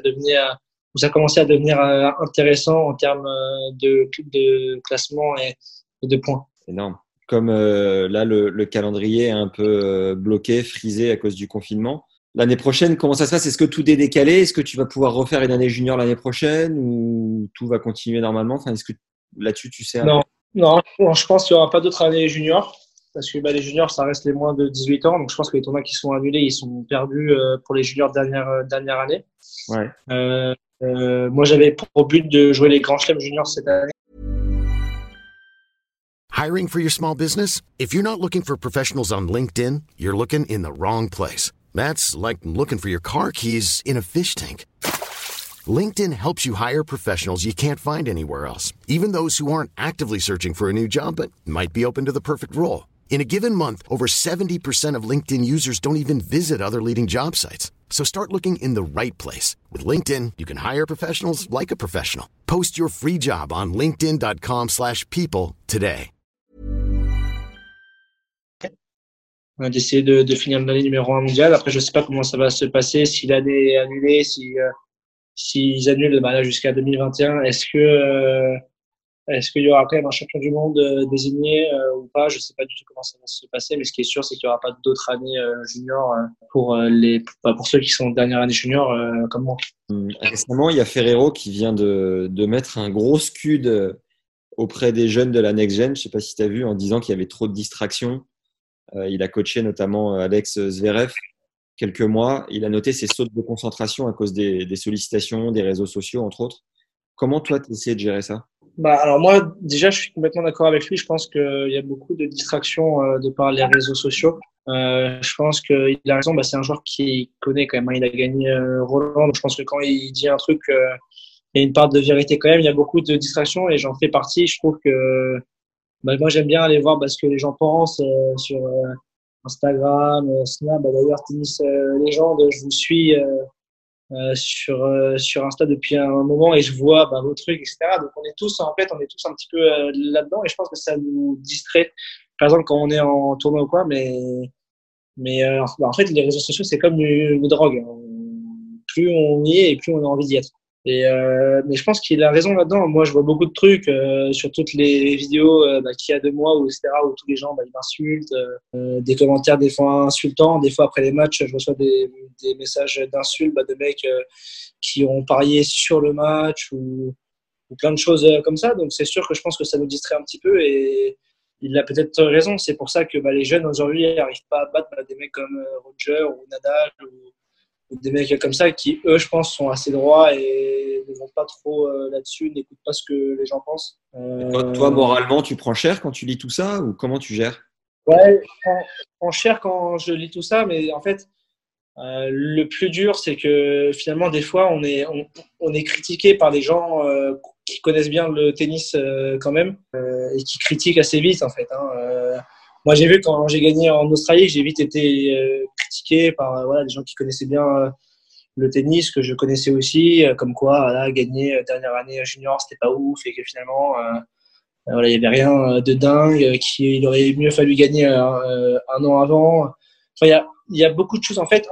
ça commençait à devenir intéressant en termes de classement et de points. Énorme. Comme là, le calendrier est un peu bloqué, frisé à cause du confinement. L'année prochaine, comment ça se passe? Est-ce que tout est décalé? Est-ce que tu vas pouvoir refaire une année junior l'année prochaine ou tout va continuer normalement? Enfin, est-ce que là-dessus, tu sais? Non, je pense qu'il n'y aura pas d'autres années juniors. Parce que les juniors, ça reste les moins de 18 ans. Donc, je pense que les tournois qui sont annulés, ils sont perdus pour les juniors dernière année. Ouais. Moi, j'avais pour but de jouer les grands chelems juniors cette année. Hiring for your small business? If you're not looking for professionals on LinkedIn, you're looking in the wrong place. That's like looking for your car keys in a fish tank. LinkedIn helps you hire professionals you can't find anywhere else, even those who aren't actively searching for a new job but might be open to the perfect role. In a given month, over 70% of LinkedIn users don't even visit other leading job sites. So start looking in the right place. With LinkedIn, you can hire professionals like a professional. Post your free job on linkedin.com/people today. On a décidé de finir l'année numéro 1 mondial. Après, je sais pas comment ça va se passer, si l'année est annulée, s'ils annulent là, jusqu'à 2021. Est-ce qu'il y aura quand même un champion du monde désigné ou pas? Je sais pas du tout comment ça va se passer, mais ce qui est sûr, c'est qu'il y aura pas d'autres années juniors pour ceux qui sont en dernière année junior comme moi. Récemment, il y a Ferrero qui vient de mettre un gros scud auprès des jeunes de la Next Gen. Je sais pas si tu as vu, en disant qu'il y avait trop de distractions. Il a coaché notamment Alex Zverev quelques mois. Il a noté ses sautes de concentration à cause des sollicitations, des réseaux sociaux, entre autres. Comment toi, tu essaies de gérer ça? Alors moi, déjà, je suis complètement d'accord avec lui. Je pense qu'il y a beaucoup de distractions de par les réseaux sociaux. Je pense qu'il a raison. C'est un joueur qui connaît quand même, hein. Il a gagné Roland. Donc je pense que quand il dit un truc, il y a une part de vérité quand même. Il y a beaucoup de distractions et j'en fais partie. Je trouve que moi, j'aime bien aller voir ce que les gens pensent sur Instagram, Snap. D'ailleurs, Tennis Légende, je vous suis sur Insta depuis un moment et je vois vos trucs, etc. Donc, on est tous un petit peu là-dedans et je pense que ça nous distrait. Par exemple, quand on est en tournoi ou quoi, en fait, les réseaux sociaux, c'est comme une drogue. Plus on y est et plus on a envie d'y être. Mais je pense qu'il a raison là-dedans. Moi, je vois beaucoup de trucs sur toutes les vidéos qu'il y a de moi, etc., où tous les gens ils m'insultent, des commentaires des fois insultants. Des fois, après les matchs, je reçois des messages d'insultes de mecs qui ont parié sur le match ou plein de choses comme ça. Donc, c'est sûr que je pense que ça nous distrait un petit peu et il a peut-être raison. C'est pour ça que les jeunes aujourd'hui n'arrivent pas à battre des mecs comme Roger ou Nadal ou des mecs comme ça qui, eux, je pense, sont assez droits et ne vont pas trop là-dessus, n'écoutent pas ce que les gens pensent. Toi, moralement, tu prends cher quand tu lis tout ça ou comment tu gères? Ouais, je prends cher quand je lis tout ça, mais en fait, le plus dur, c'est que finalement, des fois, on est critiqué par des gens qui connaissent bien le tennis quand même et qui critiquent assez vite, en fait. Moi, j'ai vu quand j'ai gagné en Australie, j'ai vite été critiqué par des gens qui connaissaient bien le tennis, que je connaissais aussi, comme quoi gagner dernière année junior, c'était pas ouf et que finalement, il n'y avait rien de dingue, qu'il aurait mieux fallu gagner un an avant. Enfin, il y a beaucoup de choses. En fait,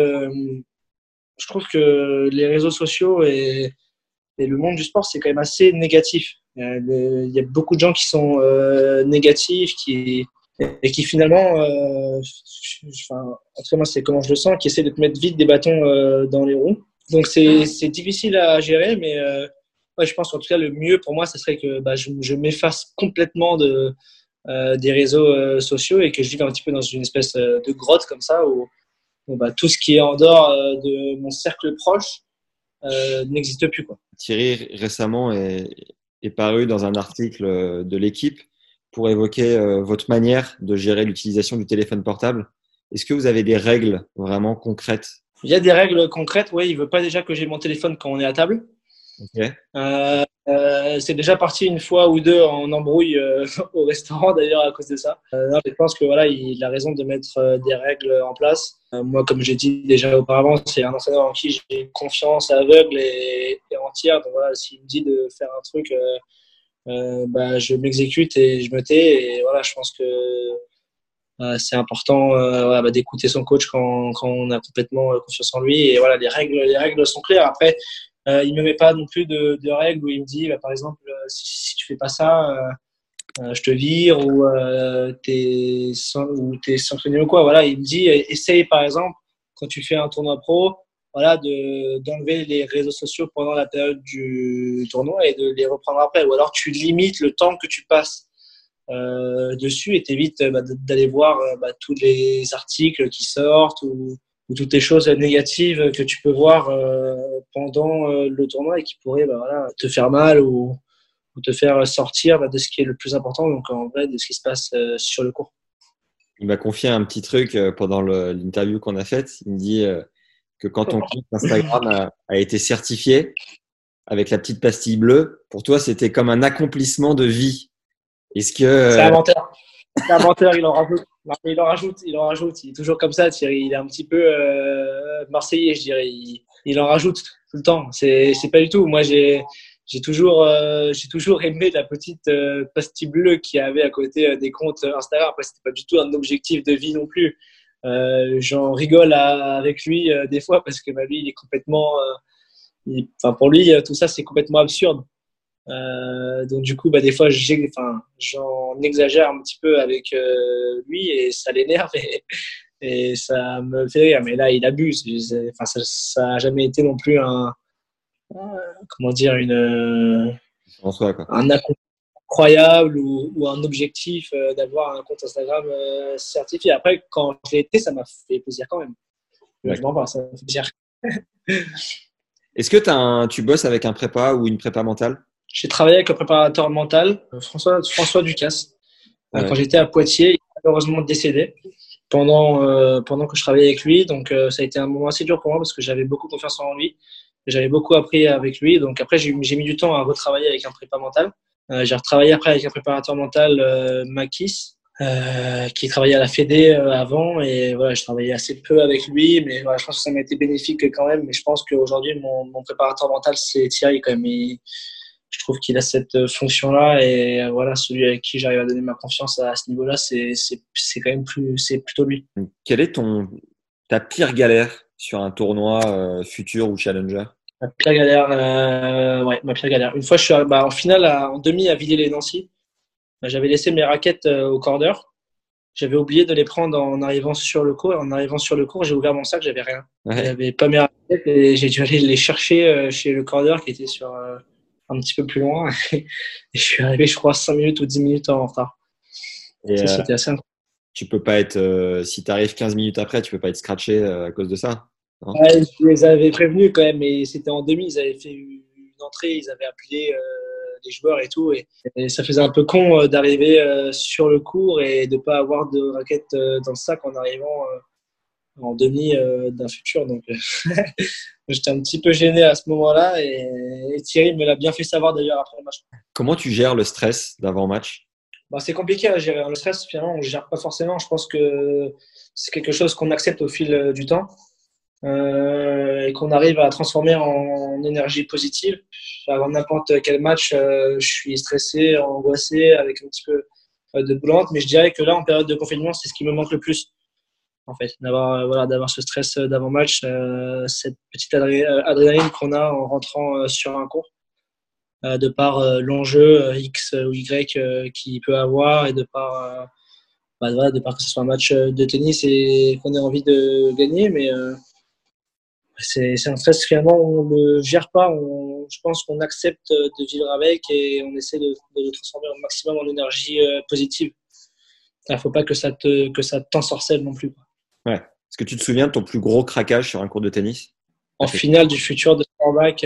je trouve que les réseaux sociaux et le monde du sport, c'est quand même assez négatif. Il y a beaucoup de gens qui sont négatifs, et qui finalement, en tout cas moi c'est comment je le sens, qui essaient de te mettre vite des bâtons dans les roues. Donc c'est difficile à gérer, mais je pense en tout cas le mieux pour moi, ce serait que je m'efface complètement des réseaux sociaux et que je vive un petit peu dans une espèce de grotte comme ça où tout ce qui est en dehors de mon cercle proche n'existe plus, quoi. Thierry récemment est paru dans un article de l'équipe pour évoquer votre manière de gérer l'utilisation du téléphone portable. Est-ce que vous avez des règles vraiment concrètes? Il y a des règles concrètes. Oui, il veut pas déjà que j'ai mon téléphone quand on est à table. Okay. C'est déjà parti une fois ou deux en embrouille au restaurant d'ailleurs à cause de ça. Je pense que il a raison de mettre des règles en place. Moi, comme j'ai dit déjà auparavant, c'est un entraîneur en qui j'ai confiance aveugle et entière. Donc s'il me dit de faire un truc, je m'exécute et je me tais. Et je pense que c'est important d'écouter son coach quand on a complètement confiance en lui. Et les règles sont claires. Après, il me met pas non plus de règles où il me dit par exemple si tu fais pas ça je te vire ou t'es sanctionné ou quoi. Il me dit essaye par exemple quand tu fais un tournoi pro d'enlever les réseaux sociaux pendant la période du tournoi et de les reprendre après, ou alors tu limites le temps que tu passes dessus et t'évites d'aller voir tous les articles qui sortent ou toutes les choses négatives que tu peux voir pendant le tournoi et qui pourraient te faire mal ou te faire sortir de ce qui est le plus important, donc en vrai de ce qui se passe sur le court. Il m'a confié un petit truc pendant l'interview qu'on a faite. Il me dit que quand ton compte Instagram a été certifié avec la petite pastille bleue, pour toi c'était comme un accomplissement de vie. Est-ce que c'est inventeur. C'est inventeur, il en rajoute. Non, il en rajoute. Il est toujours comme ça, Thierry. Il est un petit peu marseillais, je dirais. Il en rajoute tout le temps. C'est pas du tout. Moi, j'ai toujours aimé la petite pastille bleue qu'il y avait à côté des comptes Instagram. Après, c'était pas du tout un objectif de vie non plus. J'en rigole avec lui des fois parce que lui, il est complètement. Pour lui, tout ça, c'est complètement absurde. Donc du coup des fois j'en exagère un petit peu avec lui et ça l'énerve et ça me fait rire, mais là il abuse. Ça a jamais été non plus un incroyable ou un objectif d'avoir un compte Instagram certifié. Après quand je l'ai été, ça m'a fait plaisir quand même. Je m'en bats, ça me fait plaisir. Est-ce que tu bosses avec un prépa ou une prépa mentale? J'ai travaillé avec un préparateur mental, François Ducasse, quand j'étais à Poitiers. Il est malheureusement décédé. pendant que je travaillais avec lui. Donc, ça a été un moment assez dur pour moi parce que j'avais beaucoup confiance en lui. J'avais beaucoup appris avec lui. Donc, après, j'ai mis du temps à retravailler avec un prépa mental. J'ai retravaillé après avec un préparateur mental, Makis, qui travaillait à la Fédé avant. Et voilà, je travaillais assez peu avec lui. Mais voilà, je pense que ça m'a été bénéfique quand même. Mais je pense qu'aujourd'hui, mon préparateur mental, c'est Thierry quand même. Je trouve qu'il a cette fonction-là. Et voilà, celui avec qui j'arrive à donner ma confiance à ce niveau-là, c'est quand même c'est plutôt lui. Quelle est ta pire galère sur un tournoi futur ou challenger? Ma pire galère, ma pire galère. Une fois, je suis en finale en demi à Villiers-les-Nancy. J'avais laissé mes raquettes au cordeur. J'avais oublié de les prendre en arrivant sur le court. Et en arrivant sur le court, j'ai ouvert mon sac, j'avais rien. Ouais. J'avais pas mes raquettes et j'ai dû aller les chercher chez le cordeur qui était sur un petit peu plus loin. Et je suis arrivé, je crois, 5 minutes ou 10 minutes en retard. Et c'était assez incroyable. Tu peux pas être, si tu arrives 15 minutes après, tu peux pas être scratché à cause de ça? Ouais, je les avais prévenus quand même, mais c'était en demi. Ils avaient fait une entrée, ils avaient appelé les joueurs et tout. Et ça faisait un peu con d'arriver sur le court et de ne pas avoir de raquette dans le sac en arrivant en demi d'un futur. Donc, j'étais un petit peu gêné à ce moment-là. Et Thierry me l'a bien fait savoir d'ailleurs après le match. Comment tu gères le stress d'avant-match? C'est compliqué à gérer. Le stress, finalement, on ne gère pas forcément. Je pense que c'est quelque chose qu'on accepte au fil du temps. Et qu'on arrive à transformer en énergie positive. Avant n'importe quel match, je suis stressé, angoissé, avec un petit peu de boulante, mais je dirais que là, en période de confinement, c'est ce qui me manque le plus, en fait, d'avoir ce stress d'avant-match, cette petite adrénaline qu'on a en rentrant sur un court, de par l'enjeu X ou Y qu'il peut avoir et de par que ce soit un match de tennis et qu'on ait envie de gagner, mais c'est un stress finalement on ne gère pas. Je pense qu'on accepte de vivre avec et on essaie de le transformer au maximum en énergie positive. Il ne faut pas que ça t'ensorcelle non plus. Ouais. Est-ce que tu te souviens de ton plus gros craquage sur un court de tennis? En finale du futur de Sportback,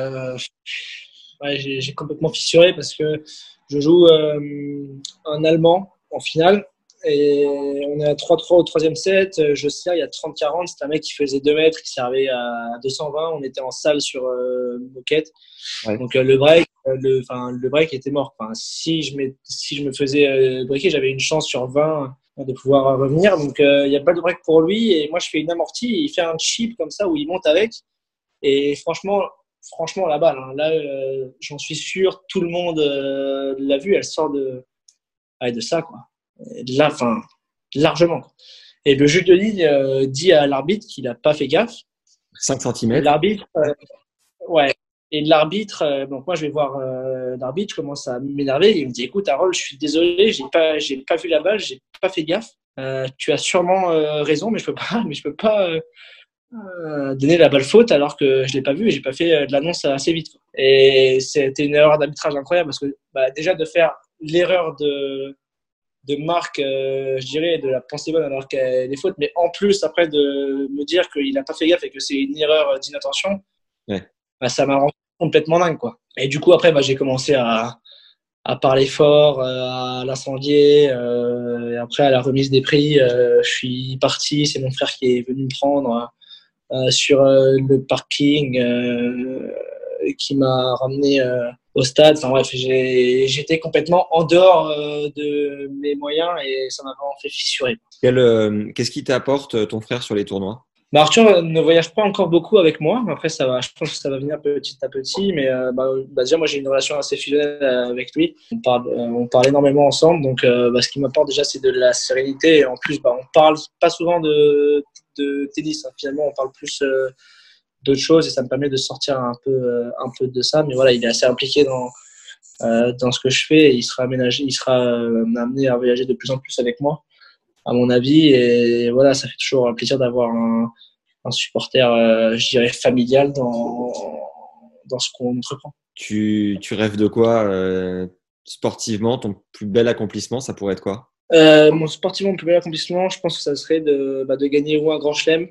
j'ai complètement fissuré parce que je joue un Allemand en finale. Et on est à 3-3 au troisième set. Je sers, il y a 30-40. C'est un mec qui faisait 2 mètres. Il servait à 220. On était en salle sur moquette. Ouais. Donc le break était mort. Enfin, si je me faisais breaker, j'avais une chance sur 20 de pouvoir revenir. Donc il n'y a pas de break pour lui. Et moi, je fais une amortie. Il fait un chip comme ça où il monte avec. Et franchement la balle, là, j'en suis sûr, tout le monde l'a vu. Elle sort de ça, quoi. Là, largement. Et le juge de ligne dit à l'arbitre qu'il n'a pas fait gaffe. 5 cm. L'arbitre, ouais. Et l'arbitre, donc moi je vais voir l'arbitre, je commence à m'énerver. Il me dit écoute, Harold, je suis désolé, j'ai pas vu la balle, j'ai pas fait gaffe. Tu as sûrement raison, mais je peux pas donner la balle faute alors que je l'ai pas vu et j'ai pas fait de l'annonce assez vite, quoi. Et c'était une erreur d'arbitrage incroyable parce que déjà de faire l'erreur de marque, je dirais, de la pensée bonne alors qu'elle est faute, mais en plus après de me dire qu'il n'a pas fait gaffe et que c'est une erreur d'inattention, ouais. Ça m'a rendu complètement dingue, quoi. Et du coup après j'ai commencé à parler fort, à l'incendier, et après à la remise des prix, je suis parti, c'est mon frère qui est venu me prendre sur le parking, qui m'a ramené au stade. Enfin bref, j'étais complètement en dehors de mes moyens et ça m'a vraiment fait fissurer. Qu'est-ce qui t'apporte ton frère sur les tournois? Arthur ne voyage pas encore beaucoup avec moi. Après, je pense que ça va venir petit à petit. Mais déjà, moi, j'ai une relation assez fusionnelle avec lui. On parle énormément ensemble. Donc, ce qui m'apporte déjà, c'est de la sérénité. Et en plus, on parle pas souvent de tennis. Finalement, on parle plus d'autres choses et ça me permet de sortir un peu de ça. Mais voilà, il est assez impliqué dans ce que je fais et il sera amené à voyager de plus en plus avec moi, à mon avis. Et voilà, ça fait toujours un plaisir d'avoir un supporter, je dirais, familial dans ce qu'on entreprend. Tu rêves de quoi sportivement? Ton plus bel accomplissement, ça pourrait être quoi? Sportivement, mon plus bel accomplissement, je pense que ça serait de gagner ou un Grand Chelem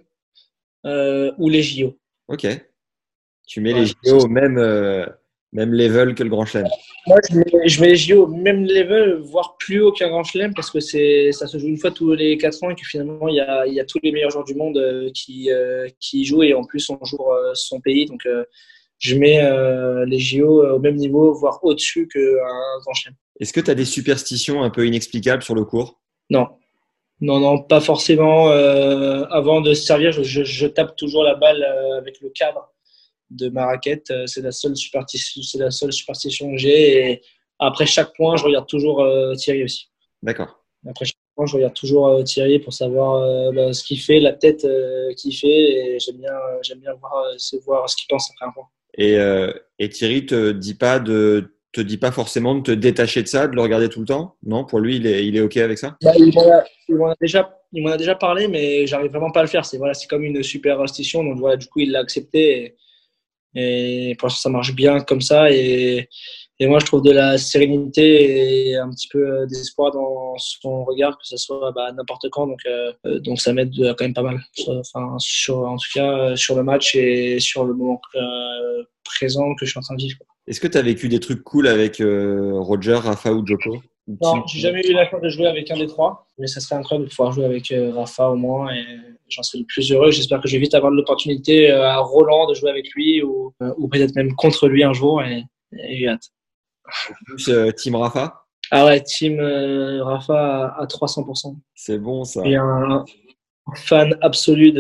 ou les JO. Ok. Tu mets les JO au même level que le Grand Chelem. Moi, je mets les JO au même level, voire plus haut qu'un grand chelem parce que ça se joue une fois tous les 4 ans et que finalement, il y a tous les meilleurs joueurs du monde qui y jouent et en plus, on joue son pays. Donc, je mets les JO au même niveau, voire au-dessus qu'un grand chelem. Est-ce que tu as des superstitions un peu inexplicables sur le cours? Non. Non, pas forcément. Avant de se servir, je tape toujours la balle avec le cadre de ma raquette. C'est la seule superstition que j'ai. Et après chaque point, je regarde toujours Thierry aussi. D'accord. Après chaque point, je regarde toujours Thierry pour savoir ce qu'il fait, la tête qu'il fait. Et j'aime bien voir ce qu'il pense après un point. Et Thierry te dit pas forcément de te détacher de ça, de le regarder tout le temps? Non, pour lui, il est OK avec ça? Il m'en a déjà parlé, mais j'arrive vraiment pas à le faire. C'est comme une superstition. Donc voilà, du coup, il l'a accepté et pour l'instant, ça marche bien comme ça. Et moi, je trouve de la sérénité et un petit peu d'espoir dans son regard, que ce soit n'importe quand. Donc ça m'aide quand même pas mal. En tout cas, sur le match et sur le moment présent que je suis en train de vivre. Est-ce que tu as vécu des trucs cool avec Roger, Rafa ou Djoko? Non, j'ai jamais eu la chance de jouer avec un des trois, mais ça serait incroyable de pouvoir jouer avec Rafa au moins et j'en serais le plus heureux. J'espère que je vais vite avoir l'opportunité à Roland de jouer avec lui ou peut-être même contre lui un jour et j'ai hâte. Plus Team Rafa? Ah ouais, Team Rafa à 300%. C'est bon ça. Je suis un fan absolu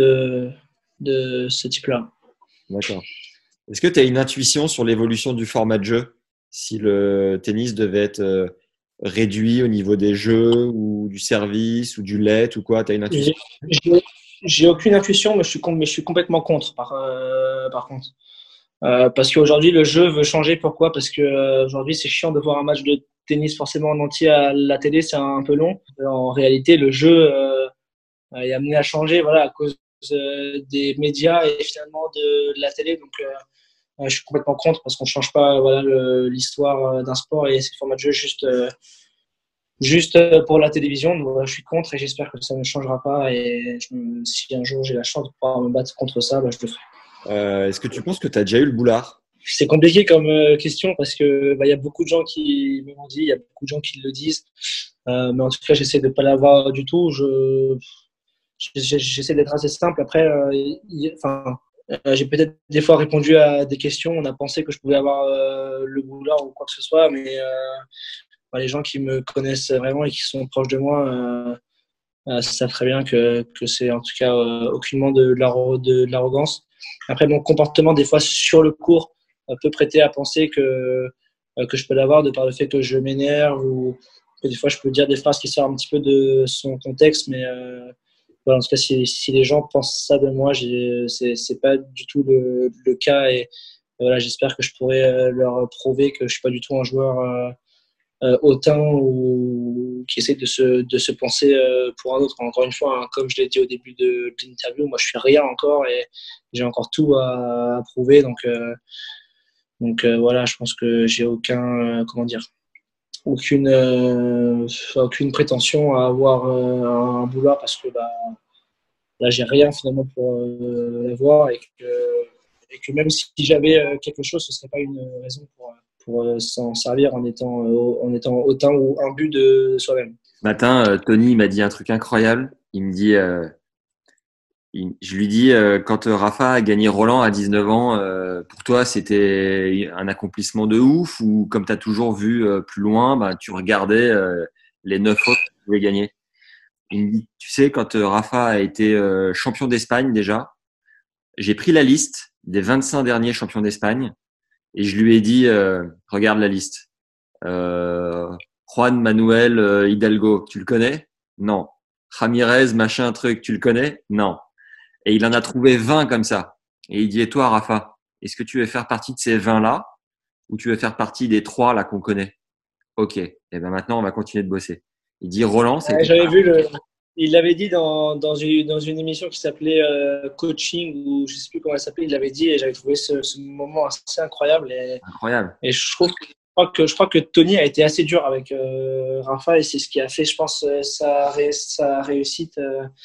de ce type-là. D'accord. Est-ce que tu as une intuition sur l'évolution du format de jeu? Si le tennis devait être réduit au niveau des jeux ou du service ou du let ou quoi? Tu as une intuition? J'ai aucune intuition, mais je suis complètement contre par contre. Parce qu'aujourd'hui, le jeu veut changer. Pourquoi? Parce qu'aujourd'hui, c'est chiant de voir un match de tennis forcément en entier à la télé, c'est un peu long. En réalité, le jeu est amené à changer à cause des médias et finalement de la télé. Donc, je suis complètement contre parce qu'on ne change pas l'histoire d'un sport et c'est le format de jeu juste pour la télévision. Donc, je suis contre et j'espère que ça ne changera pas. Et si un jour j'ai la chance de pouvoir me battre contre ça, je le ferai. Est-ce que tu penses que tu as déjà eu le boulard? C'est compliqué comme question parce que y a beaucoup de gens qui me l'ont dit, il y a beaucoup de gens qui le disent. Mais en tout cas, j'essaie de ne pas l'avoir du tout. J'essaie d'être assez simple. Après, j'ai peut-être des fois répondu à des questions. On a pensé que je pouvais avoir le boulard ou quoi que ce soit, mais les gens qui me connaissent vraiment et qui sont proches de moi savent très bien que c'est en tout cas aucunement de l'arrogance. Après, mon comportement, des fois, sur le court, peut prêter à penser que je peux l'avoir de par le fait que je m'énerve ou que des fois, je peux dire des phrases qui sortent un petit peu de son contexte, mais en tout cas, si les gens pensent ça de moi, c'est pas du tout le cas. Et voilà, j'espère que je pourrai leur prouver que je suis pas du tout un joueur hautain ou qui essaie de se penser pour un autre. Encore une fois, comme je l'ai dit au début de l'interview, moi, je suis rien encore et j'ai encore tout à prouver. Donc voilà, je pense que j'ai aucune prétention à avoir un boulard parce que là j'ai rien finalement pour l'avoir et que même si j'avais quelque chose, ce serait pas une raison pour s'en servir en étant hautain ou imbu de soi-même. Ce matin, Tony m'a dit un truc incroyable. Il me dit, je lui dis, quand Rafa a gagné Roland à 19 ans, pour toi, c'était un accomplissement de ouf ou comme tu as toujours vu plus loin, tu regardais les 9 autres qui pouvaient gagner? Il me dit, tu sais, quand Rafa a été champion d'Espagne déjà, j'ai pris la liste des 25 derniers champions d'Espagne et je lui ai dit, regarde la liste. Juan Manuel Hidalgo, tu le connais? Non. Ramirez, machin, truc, tu le connais? Non. Et il en a trouvé 20 comme ça. Et il dit, et toi, Rafa, est-ce que tu veux faire partie de ces 20-là ou tu veux faire partie des 3 là qu'on connaît? Ok. Et ben maintenant, on va continuer de bosser. Il dit, Roland, c'est… J'avais vu il l'avait dit dans une émission qui s'appelait Coaching ou je sais plus comment elle s'appelait. Il l'avait dit et j'avais trouvé ce moment assez incroyable. Incroyable. Et je crois que Tony a été assez dur avec Rafa et c'est ce qui a fait, je pense, sa réussite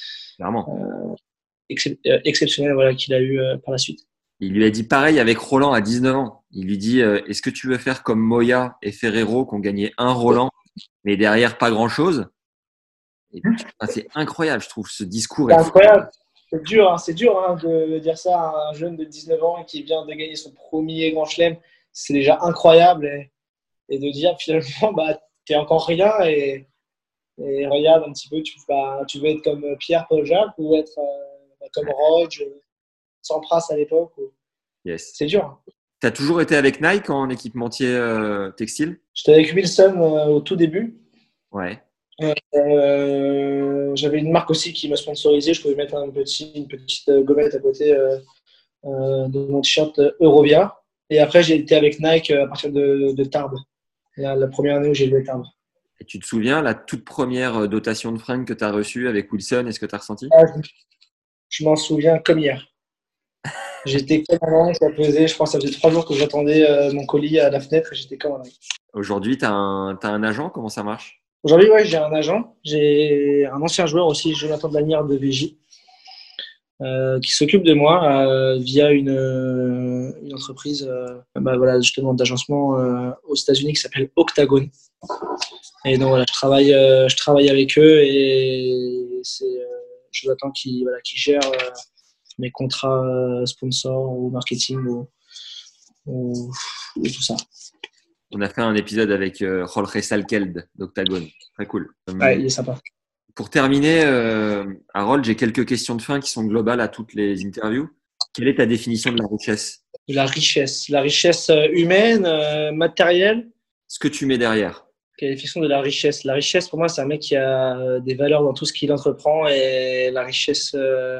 exceptionnelle qu'il a eu par la suite. Il lui a dit pareil avec Roland à 19 ans. Il lui dit est-ce que tu veux faire comme Moya et Ferrero qui ont gagné un Roland mais derrière, pas grand-chose. C'est incroyable, je trouve, ce discours. C'est incroyable. C'est dur de dire ça à un jeune de 19 ans qui vient de gagner son premier Grand Chelem. C'est déjà incroyable. Et de dire finalement, t'es encore rien et regarde un petit peu, tu veux être comme Pierre-Paul Jacques ou être comme Roger, Sampras à l'époque. Yes. C'est dur. Tu as toujours été avec Nike en équipementier textile? J'étais avec Wilson au tout début. Ouais. J'avais une marque aussi qui m'a sponsorisé. Je pouvais mettre une petite gommette à côté de mon t-shirt Eurovia. Et après, j'ai été avec Nike à partir de Tarbes. La première année où j'ai levé Tarbes. Et tu te souviens, la toute première dotation de fringues que tu as reçue avec Wilson, est-ce que tu as ressenti? Je m'en souviens comme hier. J'étais comme un ange, je pense que ça faisait 3 jours que j'attendais mon colis à la fenêtre et j'étais comme un ange. Aujourd'hui, tu as un agent, comment ça marche? Aujourd'hui, ouais, j'ai un agent. J'ai un ancien joueur aussi, Jonathan Danière de VJ, qui s'occupe de moi via une entreprise justement d'agencement aux États-Unis qui s'appelle Octagon. Et donc voilà, je travaille avec eux et c'est Jonathan qui gère mes contrats sponsors ou marketing ou tout ça. On a fait un épisode avec Jorge Salkeld d'Octagon. Très cool. Ouais, il est sympa. Pour terminer, Harold, j'ai quelques questions de fin qui sont globales à toutes les interviews. Quelle est ta définition de la richesse? La richesse humaine, matérielle. Ce que tu mets derrière. Quelle est la définition de la richesse? La richesse, pour moi, c'est un mec qui a des valeurs dans tout ce qu'il entreprend. Et la richesse,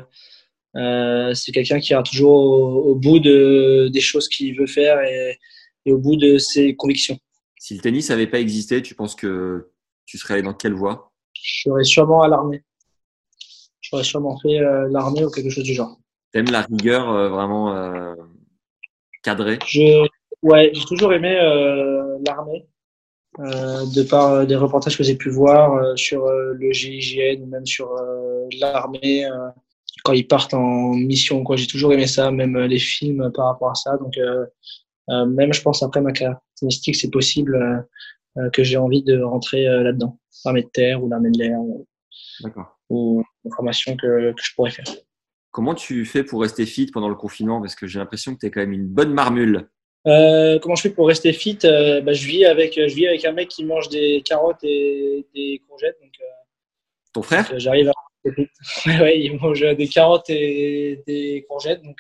c'est quelqu'un qui ira toujours au bout des choses qu'il veut faire et au bout de ses convictions. Si le tennis n'avait pas existé, tu penses que tu serais allé dans quelle voie? Je serais sûrement à l'armée. J'aurais sûrement fait l'armée ou quelque chose du genre. T'aimes la rigueur vraiment cadrée? J'ai toujours aimé l'armée, de par des reportages que j'ai pu voir sur le GIGN ou même sur l'armée quand ils partent en mission. J'ai toujours aimé ça, même les films par rapport à ça. Donc, même je pense après ma carrière tennistique, c'est possible que j'ai envie de rentrer là-dedans, l'armée de terre ou l'armée de l'air. D'accord. Ou une formation que je pourrais faire. Comment tu fais pour rester fit pendant le confinement? Parce que j'ai l'impression que tu es quand même une bonne marmule. Comment je fais pour rester fit? Je vis avec un mec qui mange des carottes et des courgettes. Donc, ton frère? J'arrive à rester fit. Ouais, il mange des carottes et des courgettes. Donc,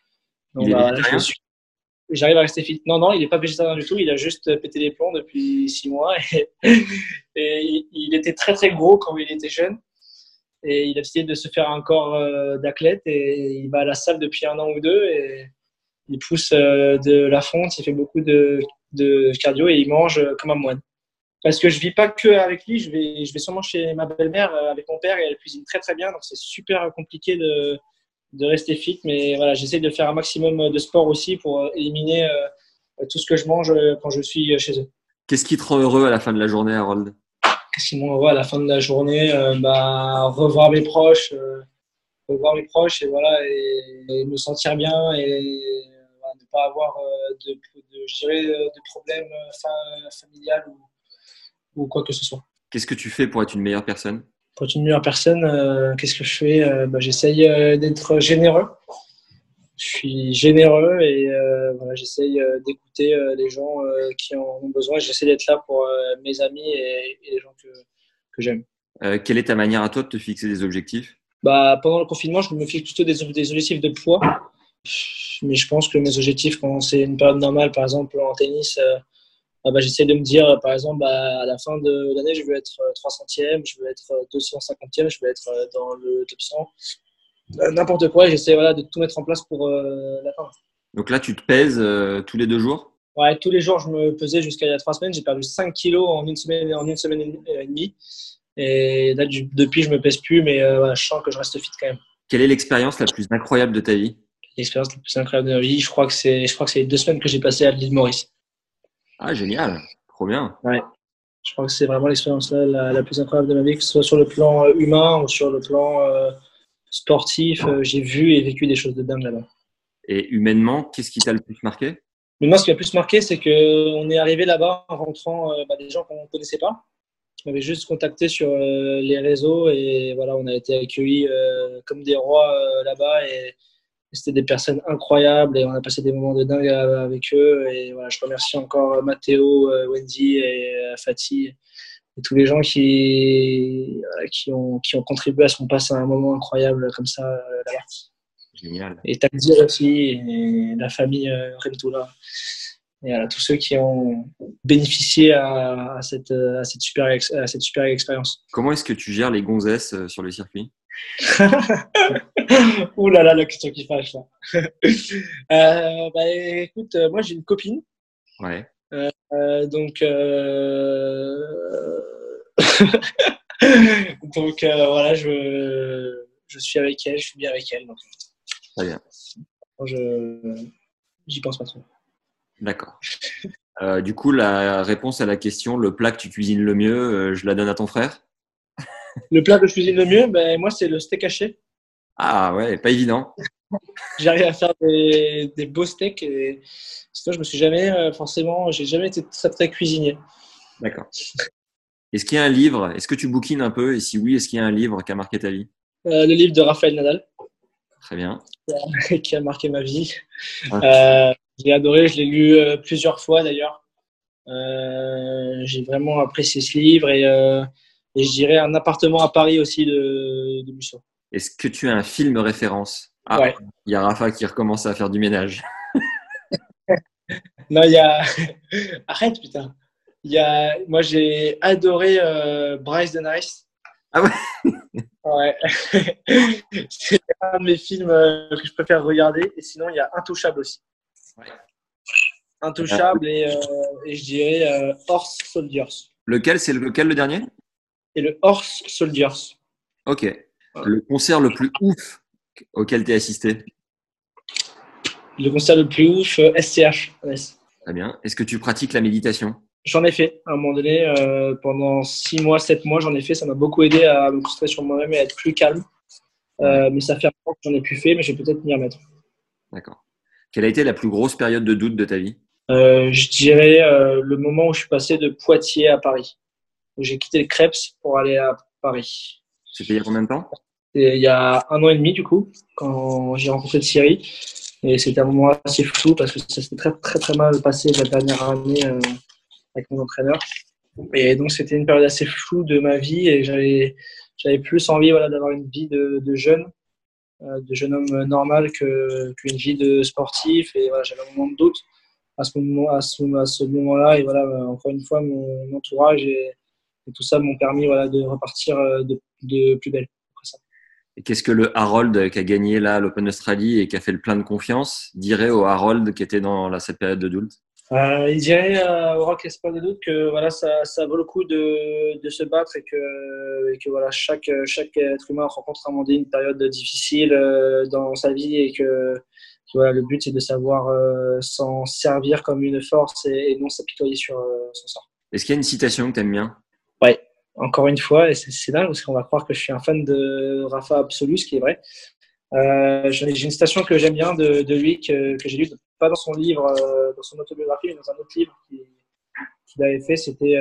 j'arrive à rester fit. Non, il n'est pas végétarien du tout. Il a juste pété les plombs depuis 6 mois. Et il était très, très gros quand il était jeune. Et il a décidé de se faire un corps d'athlète. Et il va à la salle depuis 1 an ou 2. Et il pousse de la fonte. Il fait beaucoup de cardio et il mange comme un moine. Parce que je ne vis pas que avec lui. Je vais sûrement chez ma belle-mère avec mon père. Et elle cuisine très, très bien. Donc, c'est super compliqué de rester fit, mais voilà, j'essaie de faire un maximum de sport aussi pour éliminer tout ce que je mange quand je suis chez eux. Qu'est-ce qui te rend heureux à la fin de la journée, Harold? Qu'est-ce qui me rend heureux à la fin de la journée? Revoir mes proches et voilà, et me sentir bien et ne pas avoir de problèmes familial ou quoi que ce soit. Qu'est-ce que tu fais pour être une meilleure personne? Pour être une meilleure personne, qu'est-ce que je fais? J'essaye d'être généreux. Je suis généreux et j'essaye d'écouter les gens qui en ont besoin. J'essaie d'être là pour mes amis et les gens que j'aime. Quelle est ta manière à toi de te fixer des objectifs? Pendant le confinement, je me fixe plutôt des objectifs de poids. Mais je pense que mes objectifs, quand c'est une période normale, par exemple en tennis, j'essaie de me dire, par exemple, à la fin de l'année, je veux être 300e, je veux être 250e, je veux être dans le top 100. N'importe quoi, j'essaie de tout mettre en place pour l'atteindre. Donc là, tu te pèses tous les 2 jours? Ouais, tous les jours, je me pesais jusqu'à il y a 3 semaines. J'ai perdu 5 kilos en une semaine et demie. Et là, depuis, je me pèse plus, mais je sens que je reste fit quand même. Quelle est l'expérience la plus incroyable de ta vie? L'expérience la plus incroyable de ma vie, je crois que c'est les 2 semaines que j'ai passées à l'île Maurice. Ah, génial, trop bien. Ouais, je crois que c'est vraiment l'expérience la plus incroyable de ma vie, que ce soit sur le plan humain ou sur le plan sportif. J'ai vu et vécu des choses de dingue là-bas. Et humainement, qu'est-ce qui t'a le plus marqué? Mais moi, ce qui m'a le plus marqué, c'est qu'on est arrivé là-bas en rencontrant des gens qu'on ne connaissait pas. m'avait juste contacté sur les réseaux et voilà, on a été accueillis comme des rois là-bas et c'était des personnes incroyables et on a passé des moments de dingue avec eux. Et voilà, je remercie encore Matteo, Wendy et Fatih et tous les gens qui ont contribué à ce qu'on passe un moment incroyable comme ça là-bas. Génial. Et Takdir aussi, et la famille Remtoula. Et voilà, tous ceux qui ont bénéficié à cette super expérience. Comment est-ce que tu gères les gonzesses sur le circuit? Ouh là là, la question qui fâche là. Écoute, moi j'ai une copine. Ouais. Donc voilà, je suis avec elle, je suis bien avec elle. Donc, très bien. J'y pense pas trop. D'accord. Du coup, la réponse à la question, le plat que tu cuisines le mieux, je la donne à ton frère? Le plat que je cuisine le mieux, moi, c'est le steak haché. Ah ouais, pas évident. J'arrive à faire des beaux steaks. Et sinon, je me suis jamais j'ai jamais été très, très cuisinier. D'accord. Est-ce qu'il y a un livre? Est-ce que tu bouquines un peu? Et si oui, est-ce qu'il y a un livre qui a marqué ta vie? Le livre de Rafael Nadal. Très bien. Qui a marqué ma vie. Ah. J'ai adoré, je l'ai lu plusieurs fois d'ailleurs. J'ai vraiment apprécié ce livre et je dirais un appartement à Paris aussi de Musso. Est-ce que tu as un film référence? Ah, ouais. Il y a Rafa qui recommence à faire du ménage. Non, il y a… Arrête, putain. Moi, j'ai adoré Bryce the Nice. Ah ouais? Ouais. C'est un de mes films que je préfère regarder. Et sinon, il y a Intouchable aussi. Ouais. Intouchable et je dirais Horse Soldiers. Lequel? C'est lequel le dernier? Et le Horse Soldiers. Ok. Ouais. Le concert le plus ouf auquel tu as assisté? Le concert le plus ouf, SCH. Yes. Très bien. Est-ce que tu pratiques la méditation? J'en ai fait à un moment donné. Pendant 6 mois, 7 mois, j'en ai fait. Ça m'a beaucoup aidé à me concentrer sur moi-même et à être plus calme. Mais ça fait un temps que j'en ai plus fait, mais je vais peut-être m'y remettre. D'accord. Quelle a été la plus grosse période de doute de ta vie? Je dirais le moment où je suis passé de Poitiers à Paris. Où j'ai quitté le Crêpes pour aller à Paris. C'était il y a combien de temps? Il y a 1 an et demi, du coup, quand j'ai rencontré Thierry. Et c'était un moment assez flou parce que ça s'était très, très, très mal passé la dernière année avec mon entraîneur. Et donc, c'était une période assez floue de ma vie et j'avais plus envie d'avoir une vie de jeune homme normal qu'une vie de sportif. Et voilà, j'avais un moment de doute à ce moment-là. Et voilà, encore une fois, mon entourage et tout ça m'ont permis de repartir de plus belle. Et qu'est-ce que le Harold qui a gagné là l'Open Australie et qui a fait le plein de confiance dirait au Harold qui était dans cette période de doute? Il dirait au Harold qui a cette période de doute que voilà, ça vaut le coup de se battre et que voilà, chaque être humain rencontre à un moment donné une période difficile dans sa vie et que voilà, le but c'est de savoir s'en servir comme une force et non s'apitoyer sur son sort. Est-ce qu'il y a une citation que tu aimes bien? Ouais. Encore une fois, et c'est dingue parce qu'on va croire que je suis un fan de Rafa absolu, ce qui est vrai. J'ai une citation que j'aime bien de lui, que j'ai lue, pas dans son livre, dans son autobiographie, mais dans un autre livre qu'il avait fait. C'était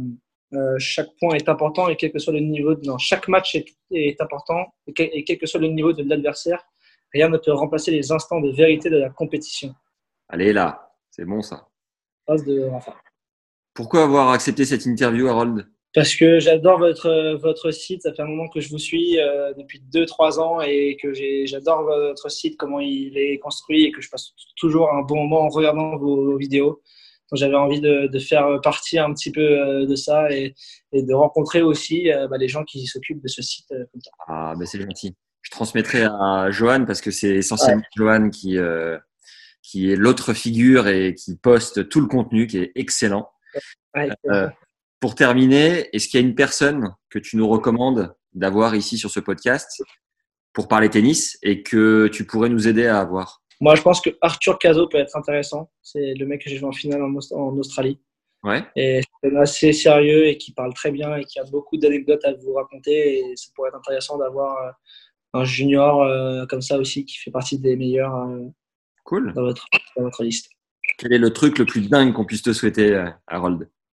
chaque point est important et quel que soit le niveau chaque match est important et quel que soit le niveau de l'adversaire, rien ne peut remplacer les instants de vérité de la compétition. Allez là, c'est bon ça. Phrase de Rafa. Pourquoi avoir accepté cette interview, Harold? Parce que j'adore votre site, ça fait un moment que je vous suis depuis 2-3 ans et que j'adore votre site, comment il est construit et que je passe toujours un bon moment en regardant vos vidéos. Donc j'avais envie de faire partie un petit peu de ça et de rencontrer aussi les gens qui s'occupent de ce site comme ça. Ah, c'est gentil. Je transmettrai à Johan parce que c'est essentiellement Johan qui est l'autre figure et qui poste tout le contenu qui est excellent. Ouais, pour terminer, est-ce qu'il y a une personne que tu nous recommandes d'avoir ici sur ce podcast pour parler tennis et que tu pourrais nous aider à avoir? Moi, je pense que Arthur Cazot peut être intéressant. C'est le mec que j'ai vu en finale en Australie. Ouais. Et c'est assez sérieux et qui parle très bien et qui a beaucoup d'anecdotes à vous raconter. Et ça pourrait être intéressant d'avoir un junior comme ça aussi qui fait partie des meilleurs cool. dans votre liste. Quel est le truc le plus dingue qu'on puisse te souhaiter, Harold?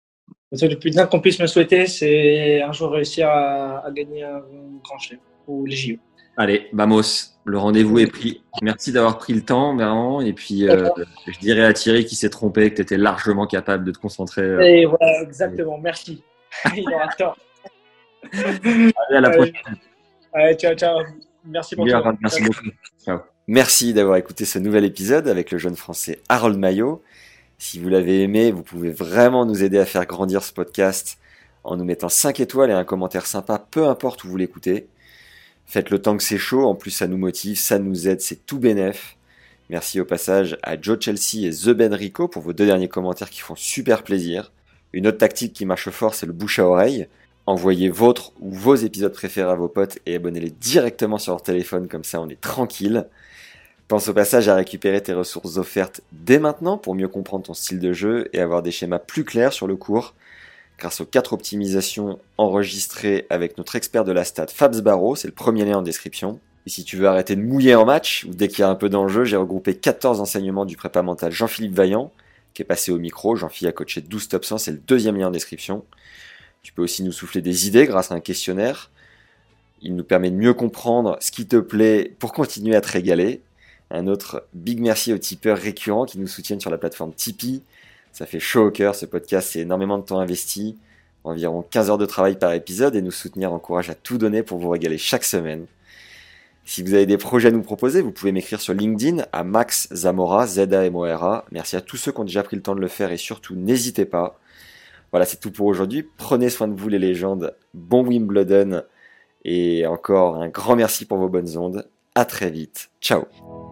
Le truc le plus dingue qu'on puisse me souhaiter, c'est un jour réussir à gagner un grand chelem ou les JO. Allez, vamos, le rendez-vous est pris. Merci d'avoir pris le temps, vraiment. Et puis, je dirais à Thierry qui s'est trompé que tu étais largement capable de te concentrer. Et voilà, exactement. Merci. Il aura tort. Allez, à la prochaine. Allez, ciao. Merci pour tout. Merci beaucoup. Ciao. Merci d'avoir écouté ce nouvel épisode avec le jeune français Harold Maillot. Si vous l'avez aimé, vous pouvez vraiment nous aider à faire grandir ce podcast en nous mettant 5 étoiles et un commentaire sympa, peu importe où vous l'écoutez. Faites le temps que c'est chaud, en plus ça nous motive, ça nous aide, c'est tout bénef. Merci au passage à Joe Chelsea et The Ben Rico pour vos 2 derniers commentaires qui font super plaisir. Une autre tactique qui marche fort, c'est le bouche à oreille. Envoyez votre ou vos épisodes préférés à vos potes et abonnez-les directement sur leur téléphone, comme ça on est tranquille. Pense au passage à récupérer tes ressources offertes dès maintenant pour mieux comprendre ton style de jeu et avoir des schémas plus clairs sur le cours. Grâce aux 4 optimisations enregistrées avec notre expert de la stat Fabs Barreau, c'est le premier lien en description. Et si tu veux arrêter de mouiller en match, ou dès qu'il y a un peu d'enjeu, j'ai regroupé 14 enseignements du prépa mental Jean-Philippe Vaillant, qui est passé au micro. Jean-Philippe a coaché 12 top 100, c'est le 2e lien en description. Tu peux aussi nous souffler des idées grâce à un questionnaire. Il nous permet de mieux comprendre ce qui te plaît pour continuer à te régaler. Un autre big merci aux tipeurs récurrents qui nous soutiennent sur la plateforme Tipeee. Ça fait chaud au cœur, ce podcast, c'est énormément de temps investi, environ 15 heures de travail par épisode, et nous soutenir encourage à tout donner pour vous régaler chaque semaine. Si vous avez des projets à nous proposer, vous pouvez m'écrire sur LinkedIn à Max Zamora, Z-A-M-O-R-A. Merci à tous ceux qui ont déjà pris le temps de le faire et surtout, n'hésitez pas. Voilà, c'est tout pour aujourd'hui. Prenez soin de vous les légendes. Bon Wimbledon. Et encore un grand merci pour vos bonnes ondes. À très vite. Ciao.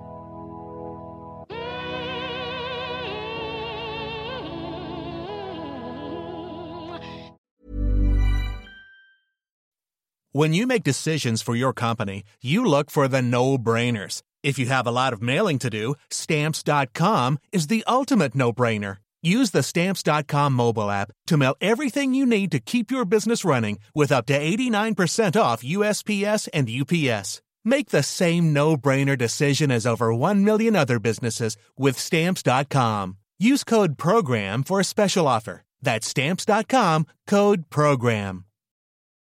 When you make decisions for your company, you look for the no-brainers. If you have a lot of mailing to do, Stamps.com is the ultimate no-brainer. Use the Stamps.com mobile app to mail everything you need to keep your business running with up to 89% off USPS and UPS. Make the same no-brainer decision as over 1 million other businesses with Stamps.com. Use code PROGRAM for a special offer. That's Stamps.com, code PROGRAM.